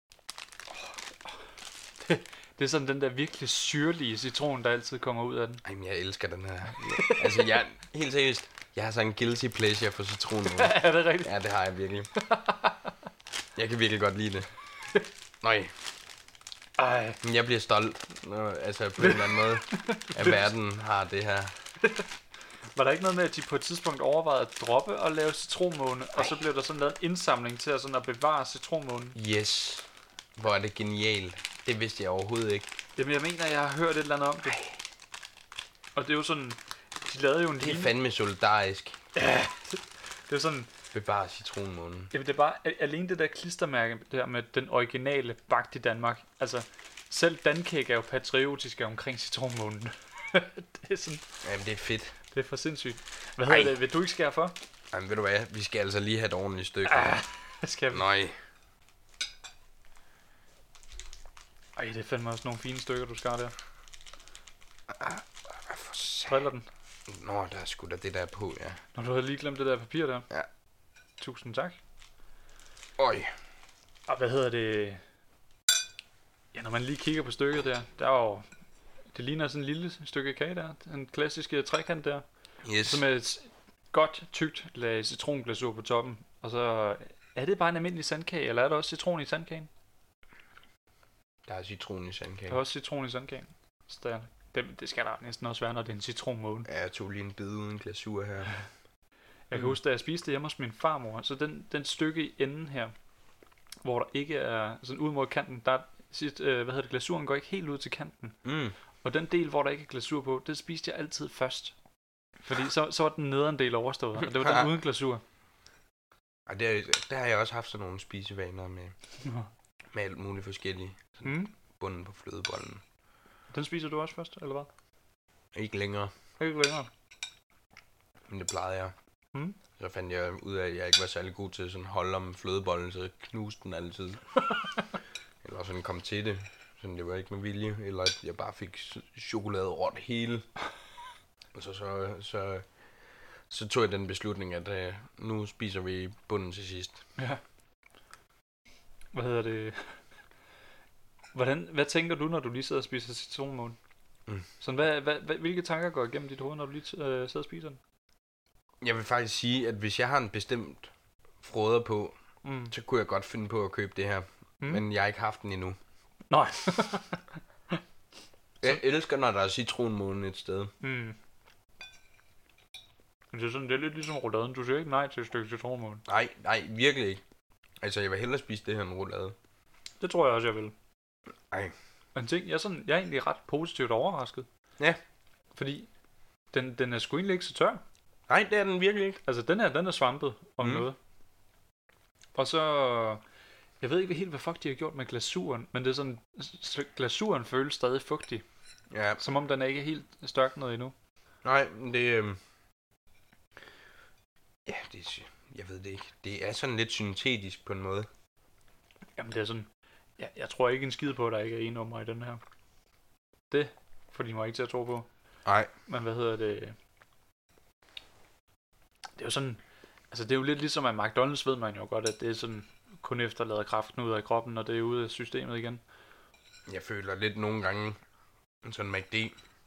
Det er sådan den der virkelig syrlige citron, der altid kommer ud af den. Ej, men jeg elsker den her. Altså, helt seriøst, jeg har sådan en guilty pleasure for citronen. Er det rigtigt? Ja, det har jeg virkelig. Jeg kan virkelig godt lide det. Nej. Ej. Men jeg bliver stolt, altså på en eller anden måde, at verden har det her. Var der ikke noget med, at de på et tidspunkt overvejede at droppe og lave citronmåne, og så blev der sådan lavet en indsamling til at bevare citronmånen? Yes. Hvor er det genialt. Det vidste jeg overhovedet ikke. Jamen, jeg mener, jeg har hørt et eller andet om det. Og det er jo sådan, de lavede jo en Det er fandme solidarisk. Ja, det er sådan... Bevare citronmånen. Jamen, det er bare alene det der klistermærke der med den originale bagt i Danmark. Altså, selv dancake er jo patriotiske omkring citronmånen. Det er sådan... Jamen, det er fedt. Det er for sindssygt. Hvad hedder det? Vil du ikke skære for? Jamen, ved du hvad? Vi skal altså lige have et ordentligt stykke. Skal vi? Nej. Ej, det er fandme også nogle fine stykker, du skar der. For satan. Driller den? Nå, der er sgu da det der på, ja. Når du havde lige glemt det der papir der. Ja. Tusind tak. Øj. Og hvad hedder det? Ja, når man lige kigger på stykket der er jo... Det ligner sådan en lille stykke kage der. En klassisk trekant der. Yes. Som er et godt tykt lag citronglasur på toppen. Og så... Er det bare en almindelig sandkage, eller er der også citron i sandkagen? Der er citron i sandkagen. Der er også citron i sandkagen. Så der Det skal der næsten også være, når det er en citronmåne. Ja, jeg tog lige en bid uden glasur her. Jeg kan huske, da jeg spiste det hjemme hos min farmor, så den stykke i enden her, hvor der ikke er sådan ud mod kanten, der glasuren går ikke helt ud til kanten. Og den del, hvor der ikke er glasur på, det spiste jeg altid først. Fordi så var den nederen del overstået, og det var den uden glasur. Og der har jeg også haft sådan nogle spisevaner med alt muligt forskelligt. Bunden på flødebollen. Den spiser du også først, eller hvad? Ikke længere. Ikke længere. Men det plejede jeg. Så fandt jeg ud af, at jeg ikke var særlig god til sådan holde om flødebollen, så jeg knuste den altid. Eller sådan kom til det. Sådan det var ikke med vilje. Eller at jeg bare fik chokolade over det hele. Og så tog jeg den beslutning, at nu spiser vi bunden til sidst. Ja. Hvad tænker du, når du lige sidder og spiser citronmåne? Sådan, hvilke tanker går igennem dit hoved, når du lige sidder og spiser den? Jeg vil faktisk sige, at hvis jeg har en bestemt fråder på, så kunne jeg godt finde på at købe det her. Men jeg har ikke haft den endnu. Nej. Jeg elsker, når der er citronmåne et sted. Det er lidt ligesom rouladen. Du siger ikke nej til et stykke citronmåne. Nej, virkelig ikke. Altså, jeg vil hellere spise det her end roulade. Det tror jeg også, jeg vil. Ej. Men ting, jeg er egentlig ret positivt overrasket. Ja. Fordi den er sgu egentlig ikke så tør. Nej, det er den virkelig ikke. Altså, den er svampet om noget. Og så... Jeg ved ikke helt, hvad fuck de har gjort med glasuren, men det er sådan... Glasuren føles stadig fugtig. Ja. Som om den er ikke helt størknet endnu. Nej, det... Ja, jeg ved det ikke. Det er sådan lidt syntetisk på en måde. Jamen, det er sådan... Jeg tror ikke en skid på, at der ikke er en nummer i den her. Det får de mig ikke til at tro på. Nej. Men det... Det er jo sådan... Altså, det er jo lidt ligesom, at McDonald's ved man jo godt, at det er sådan... Kun efterlader kraften ud af kroppen, og det er ude af systemet igen. Jeg føler lidt nogle gange, sådan McD,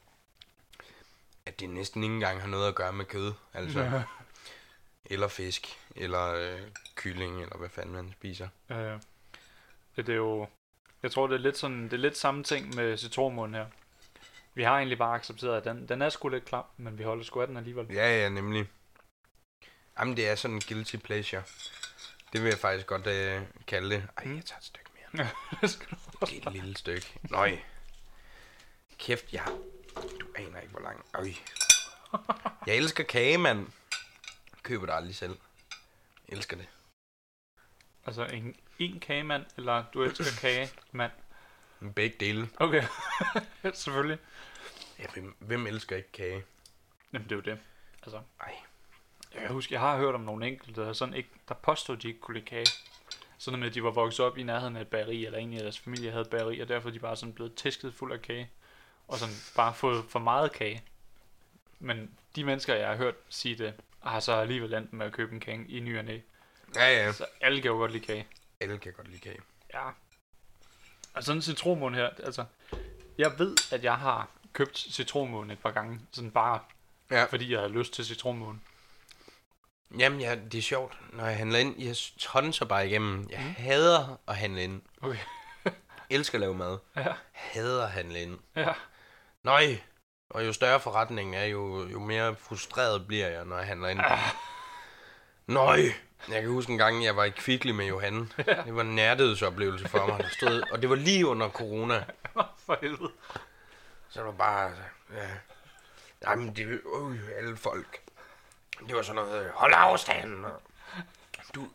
at det næsten ikke engang har noget at gøre med kød. Altså... Ja. Eller fisk, eller kylling, eller hvad fanden man spiser. Ja. Det er jo... Jeg tror, det er lidt samme ting med citronmånen her. Vi har egentlig bare accepteret, at den er sgu lidt klam, men vi holder sgu af den alligevel. Ja, nemlig. Jamen, det er sådan en guilty pleasure. Det vil jeg faktisk godt kalde det. Ej, jeg tager et stykke mere. Ja, det skal du også. Det er et lille stykke. Nøj. Kæft, du aner ikke, hvor lang. Øj. Jeg elsker kage, mand. Køber det aldrig selv. Jeg elsker det. Altså en kagemand, eller du elsker kagemand? Begge dele. Okay, selvfølgelig. Ja, hvem elsker ikke kage? Jamen det er jo det. Altså. Ej. Jeg husker, jeg har hørt om nogle enkelte, der påstod, de ikke kunne lide kage. Sådan med, at de var vokset op i nærheden af et bageri, eller en af deres familie havde et bageri, og derfor er de bare sådan blevet tæsket fuld af kage. Og sådan bare fået for meget kage. Men de mennesker, jeg har hørt sige det, har så alligevel endt med at købe en kage i ny og næ. Ja. Så alle kan jo godt lide kage. Alle kan godt lide kage. Ja. Og sådan en citronmåne her, altså... Jeg ved, at jeg har købt citronmåne et par gange. Sådan bare, fordi jeg havde lyst til citronmåne. Jamen, det er sjovt, når jeg handler ind. Jeg tonser bare igennem. Jeg hader at handle ind. Okay. Elsker at lave mad. Ja. Hader at handle ind. Ja. Nøj. Og jo større forretningen er, jo mere frustreret bliver jeg, når jeg handler ind. Nøj. Jeg kan huske en gang, jeg var i Kvickly med Johan. Ja. Det var en nærhedsoplevelse for mig. Der stod, og det var lige under corona. For helvede. Så det var bare... Ja. Jamen, det alle folk. Det var sådan noget, hold afstand. Du...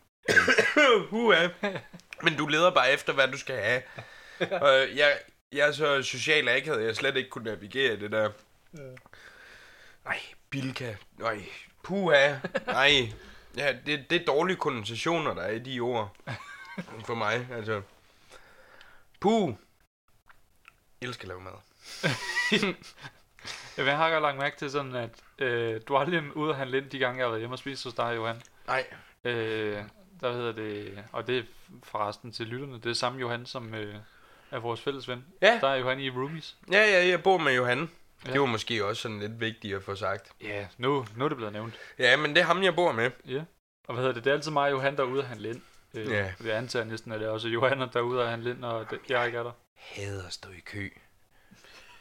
Men du leder bare efter, hvad du skal have. Og jeg er så social akavet, at jeg slet ikke kunne navigere det der. Nej, Bilka. Nej, puha. Nej. Ja, det er dårlige konnotationer, der er i de ord. For mig, altså. Jeg elsker at lave mad. Jeg har godt lagt mærke til sådan, at du er aldrig ude at handle ind de gange, jeg har været hjemme og spise hos dig, Johan. Nej. Der hedder det, og det er forresten til lytterne, det er samme Johan, som er vores fælles ven. Ja. Der er Johan i Roomies. Ja, jeg bor med Johan. Ja. Det var måske også sådan lidt vigtigt at få sagt. Ja, nu er det blevet nævnt. Ja, men det er ham, jeg bor med. Ja. Og det er altid mig og Johan, der er ude at handle ind. Jeg antager næsten, at det er også Johan, der er ude at handle ind, og jeg ikke er der. Hader at stå i kø.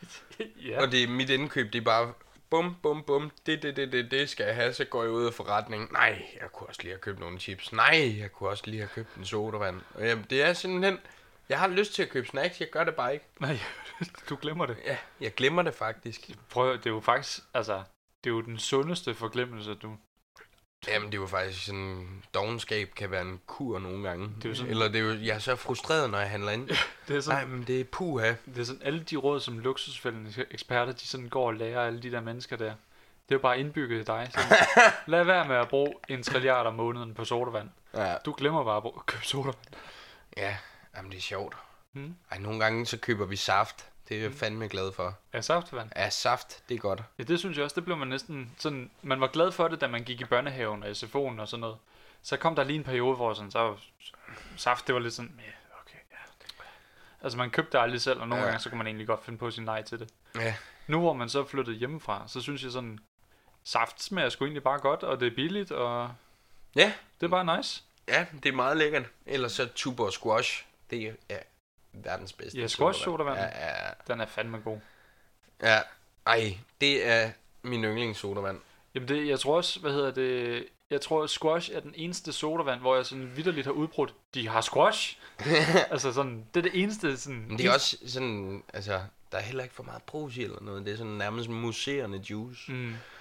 Ja. Og det er mit indkøb, det er bare bum, bum, bum, det skal jeg have, så går jeg ud af forretningen. Nej, jeg kunne også lige have købt nogle chips. Nej, jeg kunne også lige have købt en sodavand. Og jamen, det er simpelthen, jeg har lyst til at købe snacks, jeg gør det bare ikke. Nej, du glemmer det. Ja, jeg glemmer det faktisk. Prøv, det er jo faktisk, altså, det er jo den sundeste forglemmelse, du... Jamen, det er jo faktisk sådan, dovenskab kan være en kur nogle gange. Det er jo sådan, eller det er jo, jeg er så frustreret, når jeg handler ind. Det er sådan, nej, men det er puha. Det er sådan, alle de råd, som luksusfældende eksperter, de sådan går og lærer alle de der mennesker der. Det er jo bare indbygget i dig. Sådan, lad være med at bruge 1 trilliard om måneden på sodavand. Ja. Du glemmer bare at købe sodavand. Ja, jamen det er sjovt. Ej, nogle gange så køber vi saft. Det er jeg fandme glad for. Ja, saftvand? Ja, saft, det er godt. Ja, det synes jeg også, det blev man næsten sådan... Man var glad for det, da man gik i børnehaven og SFO'en og sådan noget. Så kom der lige en periode, hvor sådan, så saft, det var lidt sådan... Ja, okay, ja. Altså man købte det aldrig selv, og nogle gange, så kunne man egentlig godt finde på sin nej til det. Ja. Nu hvor man så flyttede hjemmefra, så synes jeg sådan... Saft smager sgu egentlig bare godt, og det er billigt, og... Ja. Det er bare nice. Ja, det er meget lækkert. Ellers så Tuborg Squash. Det er verdens bedste. Ja, squash sodavand. Ja. Den er fandme god. Ja, ej, det er min yndlingssodavand. Jamen det, jeg tror også, jeg tror squash er den eneste sodavand, hvor jeg sådan vitterligt har udbrudt, de har squash. Altså sådan, det er det eneste sådan... Men det er også sådan, altså, der er heller ikke for meget brus i eller noget. Det er sådan nærmest muserende juice.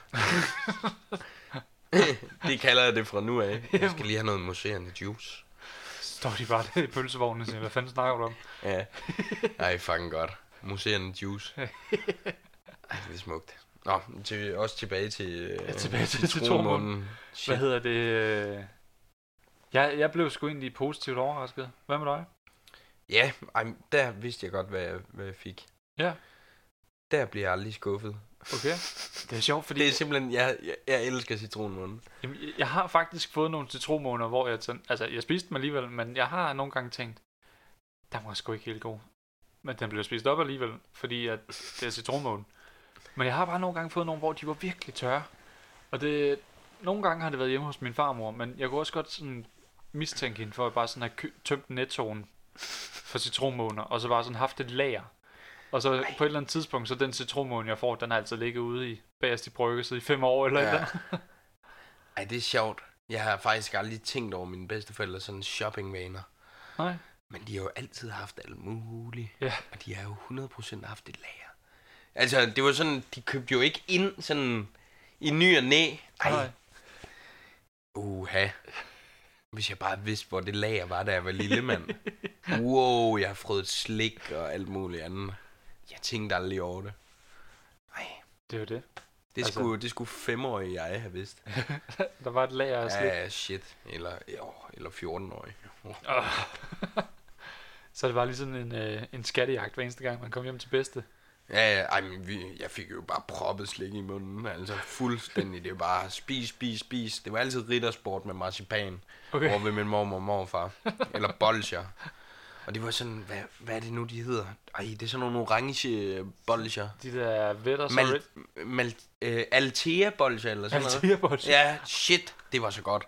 Det kalder jeg det fra nu af. Jeg skal lige have noget muserende juice. Står de bare der i pølsevognen og siger, hvad fanden snakker du om? Ja, ej, fucking godt. Muserende juice. Ej, det er smukt. Nå, også tilbage til citronmånen. Hvad hedder det? Jeg blev sgu egentlig positivt overrasket. Hvad med dig? Ja, der vidste jeg godt, hvad jeg fik. Ja. Der bliver jeg aldrig skuffet. Okay. Det er sjovt, fordi... Det er simpelthen, jeg elsker citronmånen. Jamen, jeg har faktisk fået nogle citronmåner, hvor jeg spiste dem alligevel, men jeg har nogle gange tænkt, der var sgu ikke helt god. Men den blev spist op alligevel, fordi at det er citronmåne. Men jeg har bare nogle gange fået nogle, hvor de var virkelig tørre. Og nogle gange har det været hjemme hos min farmor, men jeg kunne også godt sådan mistænke hende for at bare sådan have tømt nettoen for citronmåner, og så bare sådan haft et lager. Og så på et eller andet tidspunkt, så den citronmåne, jeg får, den har altså ligget ude i bagerst i brygget, i 5 år eller et eller andet. Ej, det er sjovt. Jeg har faktisk aldrig tænkt over mine bedsteforældre sådan shoppingvaner. Nej. Men de har jo altid haft alt muligt. Ja. Og de har jo 100% haft et lager. Altså, det var sådan, de købte jo ikke ind sådan i ny og næ. Ej. Uha. Hvis jeg bare vidste, hvor det lager var, da jeg var lille mand. Wow, jeg har frøet slik og alt muligt andet. Jeg tænkte aldrig over det. Nej. Det er jo det. Det skulle 5-årige jeg have vidst. Der var et lager af slik. Ja, shit. Eller 14-årig. Så det var lige sådan en skattejagt hver eneste gang, man kom hjem til bedste. Ja, men jeg fik jo bare proppet slik i munden. Altså fuldstændig. Det var bare spis. Det var altid riddersport med marcipan. Okay. Over ved min mormor og morfar. Eller bolsjer. Og det var sådan, hvad er det nu, de hedder? Ej, det er sådan nogle orange bolsjer. De der Vetters Altea-bolsjer eller sådan noget. Altea-bolsjer? Ja, shit, det var så godt.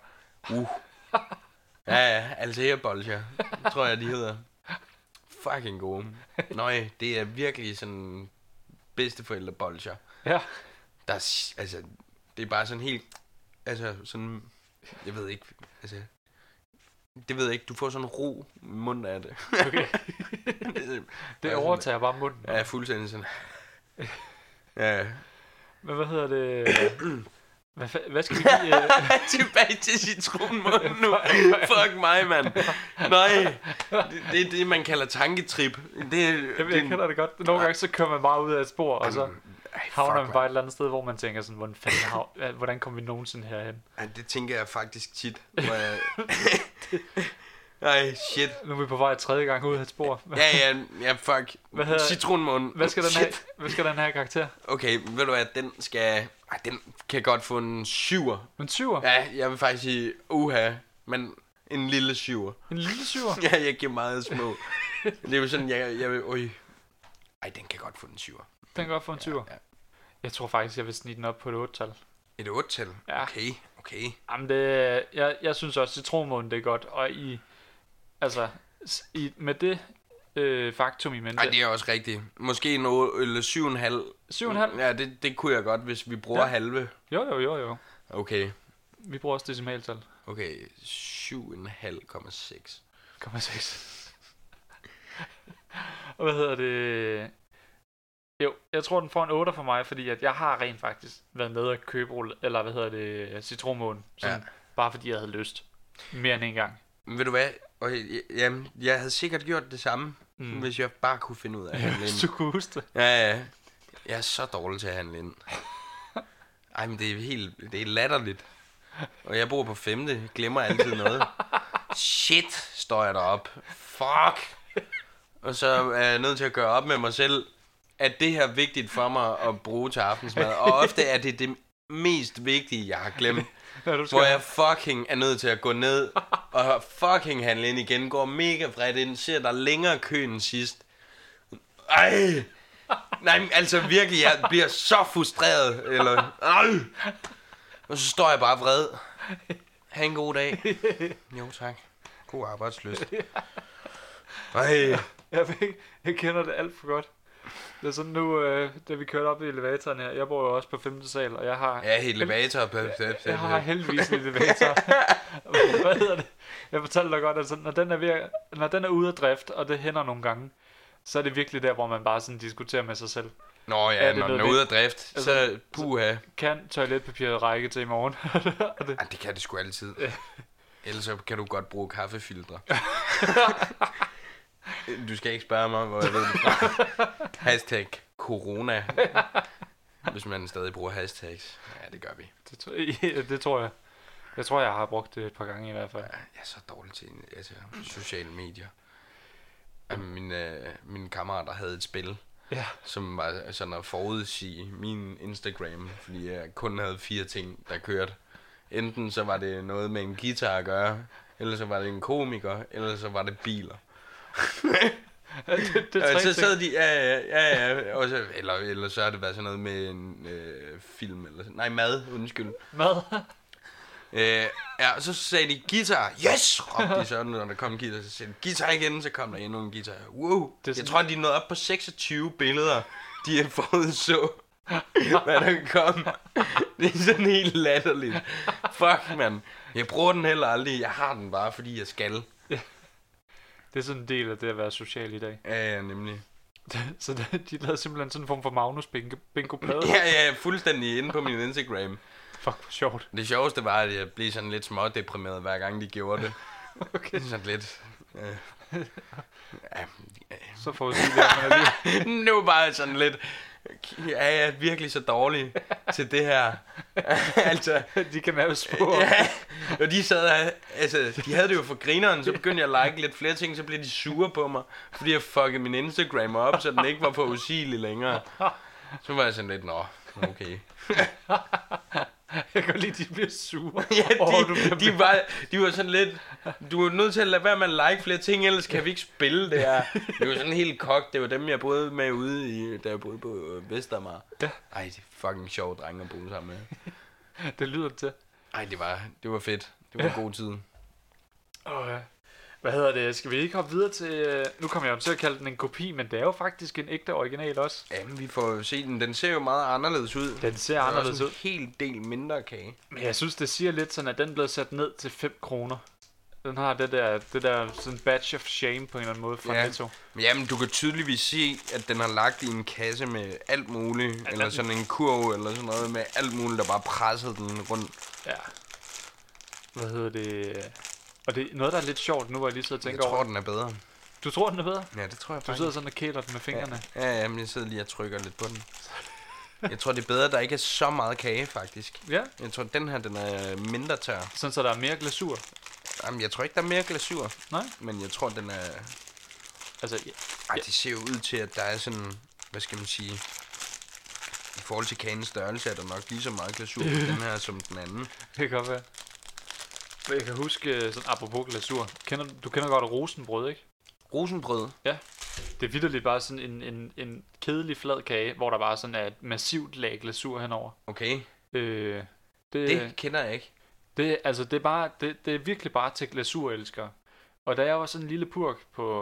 Ja, Altea-bolsjer. Tror jeg, de hedder. Fucking gode. Nøj, det er virkelig sådan bedsteforældre-bolsjer. Ja. Der er, altså, det er bare sådan helt, altså sådan, jeg ved ikke, altså, det ved jeg ikke, du får sådan en ro i munden af det. Okay. det overtager bare munden. Ja, fuldstændig sådan. Ja. Men hvad hedder det? Hvad skal vi give? Tilbage til citronmånen nu. Fuck mig, mand. Nej. Det er det, man kalder tanketrip. Jeg kender det godt. Nogle gange så kører man bare ud af et spor, og så havner man bare et eller andet sted, hvor man tænker sådan, hvordan kommer vi nogensinde herhen? Ja, det tænker jeg faktisk tit. Ej, shit. Nu er vi på vej 3. gang ud af et spor. Ja, fuck. Citronmånen. Hvad skal den have karakter? Okay, ved du hvad, den kan godt få en 7'er. En 7'er? Ja, jeg vil faktisk sige, men en lille 7'er. En lille 7'er? Ja, jeg giver meget små. Det er jo sådan, jeg vil, ej, den kan godt få en 7'er. Den kan godt få en 7'er? Ja. Jeg tror faktisk, jeg vil snige den op på et 8-tal. Et 8-tal? Ja. Okay. Jamen, jeg synes også, citronmånen det er godt, og med det faktum i mente. Nej, det er også rigtigt. Måske noget, eller 7,5. 7,5? Ja, det kunne jeg godt, hvis vi bruger halve. Jo. Okay. Vi bruger også decimaltal. Okay, 7,5,6. 0,6. Og hvad hedder det? Jo, jeg tror den får en 8 for mig, fordi at jeg har rent faktisk været med at købe, eller hvad hedder det, citronmåne. Bare fordi jeg havde lyst. Mere end en gang. Men ved du hvad? Jamen, jeg havde sikkert gjort det samme, hvis jeg bare kunne finde ud af at handle ind. Hvis du kunne huske det. Ja. Jeg er så dårlig til at handle ind. Ej, men det er latterligt. Og jeg bor på 5. Glemmer altid noget. Shit, står jeg derop. Fuck. Og så er jeg nødt til at gøre op med mig selv, at det her er vigtigt for mig at bruge til aftensmad. Og ofte er det mest vigtige, jeg har glemt. Hvor jeg fucking er nødt til at gå ned og fucking handle ind igen. Går mega vredt ind, ser der længere kø end sidst. Ej. Nej, men altså virkelig, jeg bliver så frustreret. Og så står jeg bare vred. Ha' en god dag. Jo tak. God arbejdslyst. Ej. Jeg kender det alt for godt. Det er sådan nu, da vi kørte op i elevatoren her. Jeg bor jo også på 5. sal, og jeg har... Ja, elevator. Jeg har heldigvis en elevator. Hvad hedder det? Jeg fortalte dig godt, at når den er ude af drift, og det hænder nogle gange, så er det virkelig der, hvor man bare sådan diskuterer med sig selv. Nå ja, når den er ude af drift, så puha. Kan toiletpapiret række til i morgen? Ej, det kan det sgu altid. Ellers så kan du godt bruge kaffefiltre. Du skal ikke spørge mig, hvor jeg ved det fra. #corona. Hvis man stadig bruger hashtags. Ja, det gør vi. Det tror jeg. Jeg tror, jeg har brugt det et par gange i hvert fald. Ja, jeg er så dårlig til sociale medier. Mine kammerater havde et spil, som var sådan at forudsige min Instagram, fordi jeg kun havde 4 ting, der kørte. Enten så var det noget med en guitar at gøre, eller så var det en komiker, eller så var det biler. det så sad de, ja, også, eller så har det været sådan noget med en film, eller nej, mad, undskyld. Mad? Ja, så sagde de guitar, yes, råbte de så, når der kom en guitar, så sagde de guitar igen, så kom der endnu en guitar, wow. Jeg tror, de nåede op på 26 billeder, de forudså, hvad der kom. Det er sådan helt latterligt. Fuck, mand. Jeg bruger den heller aldrig, jeg har den bare, fordi jeg skal. Det er sådan en del af det at være social i dag. Ja, nemlig. Så de lavede simpelthen sådan en form for Magnus bingo-plade. Ja, fuldstændig inde på min Instagram. Fuck, hvor sjovt. Det sjoveste var, at jeg blev sådan lidt smådeprimeret, hver gang de gjorde det. Okay. Sådan lidt. Så får vi sige det. Nu bare sådan lidt. Jeg er virkelig så dårlig til det her. Altså, de kan mappes på. Ja, og de sad altså, de havde det jo for grineren, så begyndte jeg at like lidt flere ting, så blev de sure på mig, fordi jeg fuckede min Instagram op, så den ikke var for usigelig længere. Så var jeg sådan lidt, nå, okay. Jeg kan lide, de bliver sure. Ja, de var sådan lidt, du er nødt til at lade være med at like flere ting, ellers kan vi ikke spille det her. Det var sådan helt kogt, det var dem, jeg boede med ude i, da jeg boede på Vestermar. Ja. Ej, det er fucking sjovt drenge at bo sammen med. Det lyder til. Ej, det var fedt. Det var en god tid. Hvad hedder det? Skal vi ikke hoppe videre til... Nu kommer jeg jo til at kalde den en kopi, men det er jo faktisk en ægte original også. Jamen, vi får se den. Den ser jo meget anderledes ud. Den ser anderledes ud. En helt del mindre kage. Men jeg synes, det siger lidt sådan, at den blev sat ned til 5 kroner. Den har det der sådan badge of shame på en eller anden måde fra Netto. Jamen, du kan tydeligvis se, at den har lagt i en kasse med alt muligt. Ja, eller sådan en kurv, eller sådan noget med alt muligt, der bare pressede den rundt. Ja. Hvad hedder det... Og det er noget, der er lidt sjovt, nu hvor jeg lige sidder og tænker over. Jeg tror, den er bedre. Du tror, den er bedre? Ja, det tror jeg faktisk. Du sidder sådan og kæler den med fingrene. Ja, men jeg sidder lige og trykker lidt på den. Jeg tror, det er bedre, der ikke er så meget kage, faktisk. Ja. Jeg tror, den her, den er mindre tør. Sådan, så der er mere glasur? Jamen, jeg tror ikke, der er mere glasur. Nej? Men jeg tror, den er... Altså, Ej, det ser jo ud til, at der er sådan... Hvad skal man sige... I forhold til kagens størrelse, er der nok lige så meget glasur på den her, som den anden. Det kan godt være. Jeg kan huske, sådan apropos glasur. Du kender godt rosenbrød, ikke? Rosenbrød? Ja. Det er vitterligt bare sådan en kedelig flad kage, hvor der bare sådan er et massivt lag glasur henover. Okay. Det kender jeg ikke. Det er virkelig bare til glasurelskere. Og da jeg var sådan en lille purk på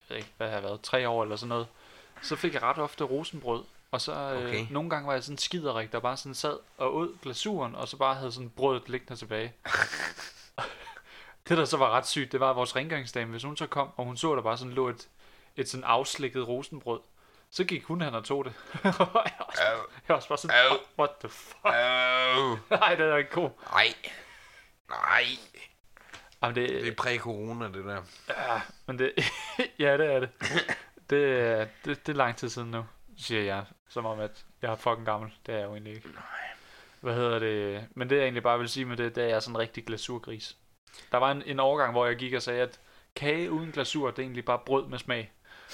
ved ikke, hvad har jeg været, 3 år eller sådan noget, så fik jeg ret ofte rosenbrød. Og så nogle gange var jeg sådan en skiderik, der bare sådan sad og åd glasuren, og så bare havde sådan brødet liggende tilbage. Det der så var ret sygt, det var vores rengøringsdame, hvis hun så kom, og hun så, der bare sådan lå et sådan afslikket rosenbrød, så gik hun hen og tog det. Jeg var også bare sådan, what the fuck? Nej, det er ikke god. Nej. Jamen, det er præ-corona, det der. Ja, men det... ja, det er det. Det er lang tid siden nu, siger jeg. Som om, at jeg er fucking gammel. Det er jeg jo egentlig ikke. Nej. Hvad hedder det? Men det jeg egentlig bare vil sige med det er jeg sådan en rigtig glasurgris. Der var en overgang, hvor jeg gik og sagde, at kage uden glasur, det er egentlig bare brød med smag.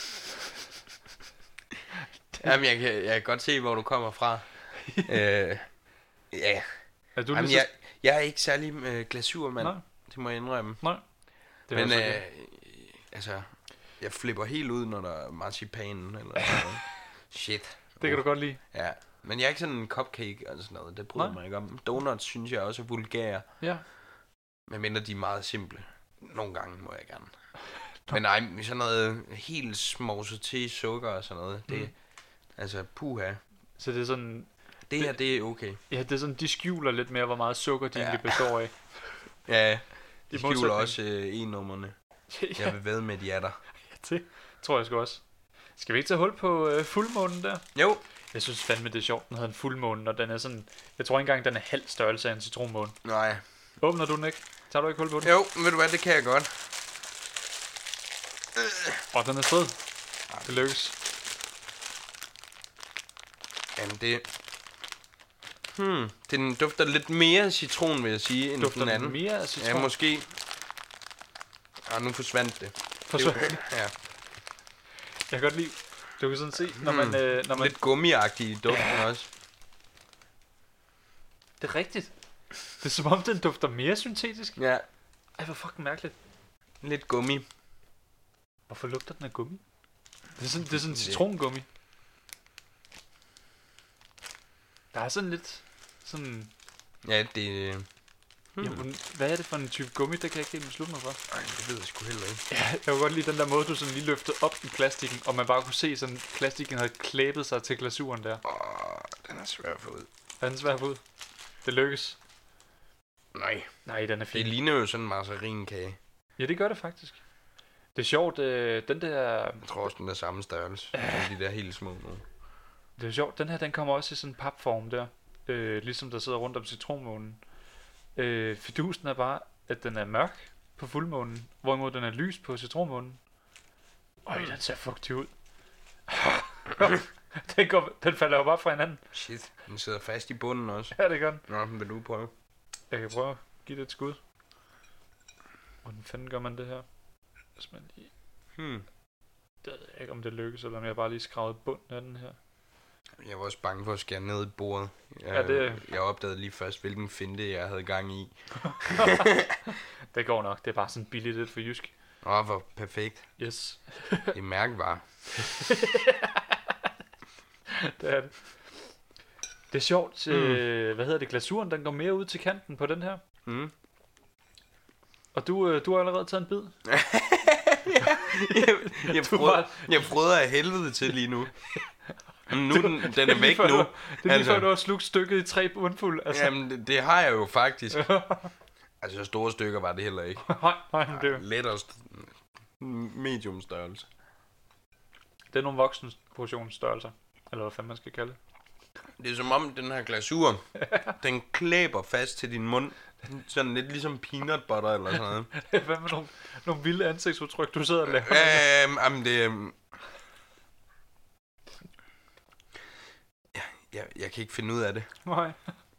Jamen, jeg kan godt se, hvor du kommer fra. Ja. Er du Jamen, jeg er ikke særlig glasurmand. Nej. Det må jeg indrømme. Nej. Det men altså, jeg flipper helt ud, når der er marcipanen eller noget. Shit. Det kan du godt lide. Ja. Men jeg er ikke sådan en cupcake eller sådan noget. Det bryder mig ikke om. Donuts synes jeg også er vulgære. Ja. Men mindre de er meget simple. Nogle gange må jeg gerne. Men nej, sådan noget helt smovset til sukker og sådan noget. Det altså puha. Så det er sådan... Det her, det er okay. Ja, det er sådan, de skjuler lidt mere, hvor meget sukker de egentlig består af. Ja, de skjuler også E-nummerne. Jeg vil vædde med, de er der. Ja, det tror jeg sgu også. Skal vi ikke tage hul på fuldmånen der? Jo. Jeg synes fandme, det er sjovt, den hedder en fuldmåne, og den er sådan... Jeg tror ikke engang, den er halv størrelse af en citronmåne. Nej. Åbner du den ikke? Tager du ikke hul på den? Jo, ved du hvad, det kan jeg godt. Den er fed. Det lykkes. Jamen den dufter lidt mere citron, vil jeg sige, end den anden. Mere af citron? Ja, måske. Nu forsvandt det. Ja. Jeg kan godt lide. Du kan sådan se, når man... Lidt gummiagtig i duften også. Det er rigtigt. Det er som om, den dufter mere syntetisk. Ja. Ej, hvor fucking mærkeligt. Lidt gummi. Hvorfor lugter den af gummi? Det er sådan citrongummi. Der er sådan lidt sådan... Ja, det... Jamen, hvad er det for en type gummi? Det kan jeg ikke helt beslutte mig for. Nej, det ved jeg sgu heller ikke. Ja, jeg kunne godt lide den der måde, du sådan lige løftede op i plastikken, og man bare kunne se sådan, plastikken havde klæbet sig til glasuren der. Den er svær at få ud. Den er svær at få ud. Det lykkes. Nej, den er fin. Det ligner jo sådan en margarinkage. Ja, det gør det faktisk. Det er sjovt, den der... Jeg tror også, den er samme størrelse. De der helt små nu. Det er sjovt, den her, den kommer også i sådan en papform der. Ligesom der sidder rundt om citronmånen. Fidusen er bare, at den er mørk på fuldmånen, hvorimod den er lys på citronmånen. Den ser fugtig ud. Den falder jo bare fra hinanden. Shit, den sidder fast i bunden også. Ja, det gør den. Nå, vil du prøve? Jeg kan prøve at give det et skud. Hvordan fanden gør man det her? Hvis man lige... Det ved jeg ikke, om det lykkes, eller om jeg bare lige skravede bunden af den her. Jeg var også bange for at skære ned i bordet. Jeg opdagede lige først, hvilken finte jeg havde gang i. Det går nok. Det er bare sådan billigt lidt for jysk. Hvor perfekt. Yes. Det er mærkevare. Det er det. Det er sjovt. Hvad hedder det? Glasuren, den går mere ud til kanten på den her. Og du har allerede taget en bid. Jeg prøver af helvede til lige nu. Den er væk nu. Det er lige før, du har slugt stykket i 3 mundfulde. Altså. Jamen, det har jeg jo faktisk. Altså, så store stykker var det heller ikke. Nej, det er lettere medium størrelse. Det er nogle voksne portionsstørrelser. Eller hvad fanden man skal kalde det. Det er som om, den her glasur, den klæber fast til din mund. Sådan lidt ligesom peanut butter eller sådan noget. Hvad med nogle vilde ansigtsudtryk, du sidder og laver? Jamen, det... Jeg kan ikke finde ud af det. Nej.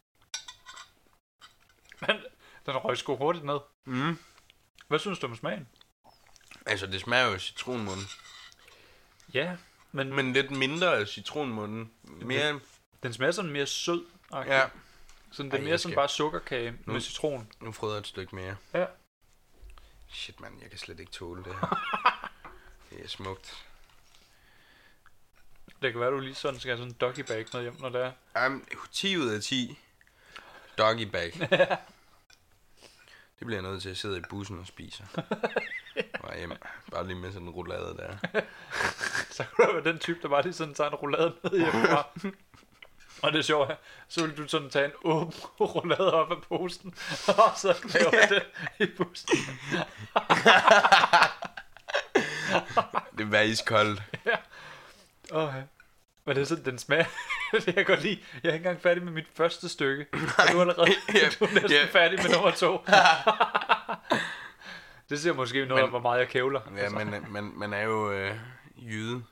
Men den røg sgu hurtigt ned. Hvad synes du om smagen? Altså, det smager jo citronmunden. Ja, men lidt mindre af citronmunden. Mere... Den smager sådan mere sød. Ja. Sådan det er mere sådan bare sukkerkage med citron. Nu frøder jeg et stykke mere. Ja. Shit, mand, jeg kan slet ikke tåle det her. Det er smukt. Det kan være, du lige sådan skal have sådan en doggy bag med hjem, når det er. 10 ud af 10. Doggy bag. Det bliver jeg nødt til at sidde i bussen og spise. mig hjem. Bare lige med sådan en roulade der. Så kunne du være den type, der bare lige sådan tager en roulade med hjemmefra. Og det er sjovt, så vil du sådan tage en åben roulade op af posen, og så laver det i bussen. Det var iskoldt. Ja. Men det er sådan, den smager. Det kan jeg godt lide. Jeg er ikke engang færdig med mit første stykke. Og du er allerede du er næsten færdig med nummer 2. Det siger måske noget om, hvor meget jeg kævler. Ja, men man er jo jyde.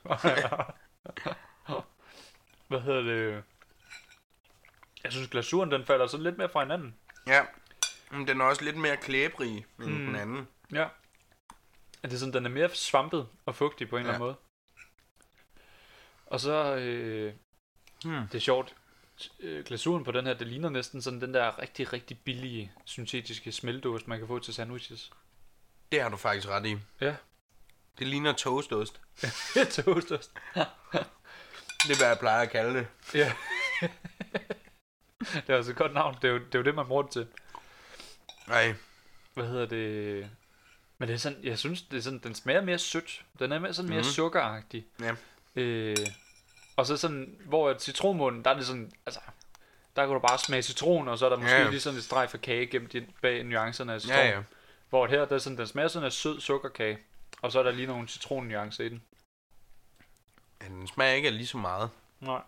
Hvad hedder det? Jeg synes, glasuren den falder sådan lidt mere fra hinanden. Ja, men den er også lidt mere klæbrig end den anden. Ja. Det er sådan, den er mere svampet og fugtig på en eller anden måde. Og så, det er sjovt, glasuren på den her, det ligner næsten sådan den der rigtig, rigtig billige syntetiske smelteost, man kan få til sandwiches. Det har du faktisk ret i. Ja. Det ligner toastost. Toastost. Det er, hvad jeg plejer at kalde det. Ja. Det er altså et godt navn. Det er jo det, man bruger det til. Nej. Hvad hedder det? Men det er sådan, jeg synes, det er sådan, den smager mere sødt. Den er mere, sådan mere sukkeragtig. Ja. Og så sådan, hvor citronmunden, der er det sådan, altså, der kan du bare smage citron, og så er der måske lige sådan et streg for kage gemt bag nuancerne af citron. Ja. Hvor her, der er sådan, den smager sådan af sød sukkerkage, og så er der lige nogle citronnuancer i den. Ja, den smager ikke af lige så meget. Nej.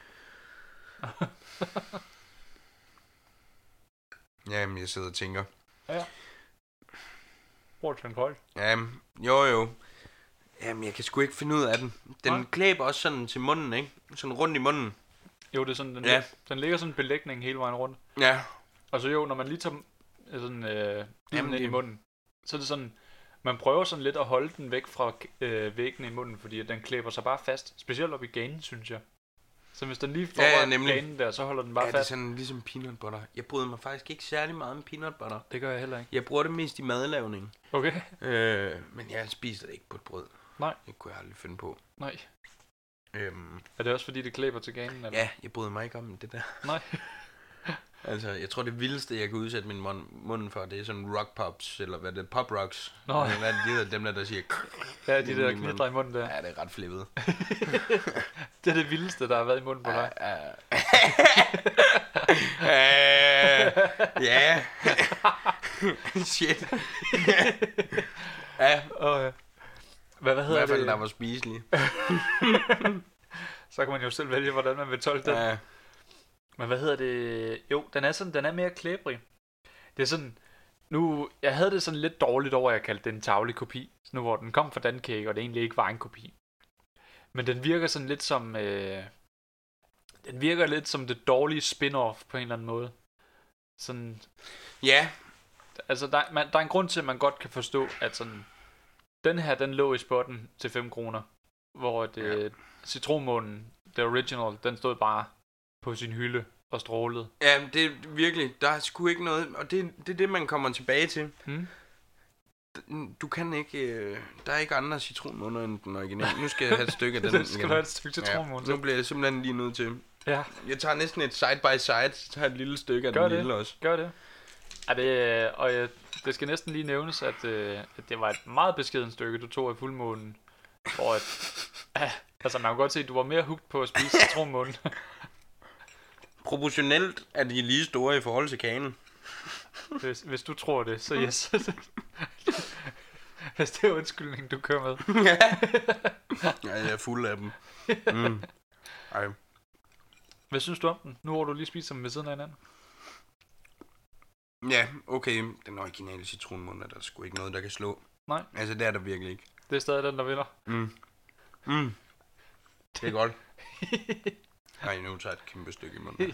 Jamen, jeg sidder og tænker. Ja. Hvor er den koldt? Jamen, jo. Jamen, jeg kan sgu ikke finde ud af den. Den klæber også sådan til munden, ikke? Sådan rundt i munden. Jo, det er sådan, den ligger sådan en belægning hele vejen rundt. Ja. Og så jo, når man lige tager sådan, ind i munden, så er det sådan, man prøver sådan lidt at holde den væk fra væggene i munden, fordi den klæber sig bare fast. Specielt op i ganen, synes jeg. Så hvis den lige får ganen der, så holder den bare fast. Det er sådan ligesom peanut butter. Jeg bryder mig faktisk ikke særlig meget om peanut butter. Det gør jeg heller ikke. Jeg bruger det mest i madlavning. Okay. Men jeg spiser det ikke på et brød. Nej. Det kunne jeg aldrig finde på. Nej. Er det også fordi, det klæber til ganen? Eller? Ja, jeg bryder mig ikke om det der. Nej. Altså, jeg tror det vildeste, jeg kan udsætte min mund for, det er sådan rock pops, eller hvad det er, pop rocks. Nå. Hvad er det, dem der siger... Ja, de der knitrer i munden der. Ja, det er ret flippet. Det er det vildeste, der har været i munden på dig. Ja. Shit. Ja. Hvad hedder det? I hvert fald, der var spiselig. Så kan man jo selv vælge, hvordan man vil tolke den. Ja. Men hvad hedder det? Jo, den er mere klæbrig. Det er sådan, jeg havde det sådan lidt dårligt over, at jeg kaldte den en tavlig kopi. Nu hvor den kom fra Dancake, og det egentlig ikke var en kopi. Men den virker sådan lidt som, det dårlige spin-off på en eller anden måde. Sådan. Ja. Altså, der er en grund til, at man godt kan forstå, at sådan, den her, den lå i spotten til 5 kroner. Hvor citronmånen, the original, den stod bare på sin hylde og strålede. Ja, det er virkelig, der er sgu ikke noget, og det er det, man kommer tilbage til. Du kan ikke, der er ikke andre citronmåner end den originale. Nu skal jeg have et stykke af den. Skal du have et stykke citronmåne? Nu bliver jeg simpelthen lige nødt til. Ja. Jeg tager næsten et side by side, så tager et lille stykke af den lille også. Gør det. Det skal næsten lige nævnes, at det var et meget beskedent stykke, du tog af fuldmånen. Hvor altså man kan godt se, at du var mere hooked på at spise citronmånen. Proportionelt er de lige store i forhold til kagen. Hvis du tror det, så yes. Hvis det er undskyldning, du kører med. Ja, jeg er fuld af dem. Ej. Hvad synes du om den? Nu hvor du lige spiser dem ved siden af hinanden. Ja, okay. Den originale citronmåne er der sgu ikke noget, der kan slå. Nej. Altså, det er der virkelig ikke. Det er stadig den, der vinder. Det er godt. Ej, nu tager jeg et kæmpe stykke i munden.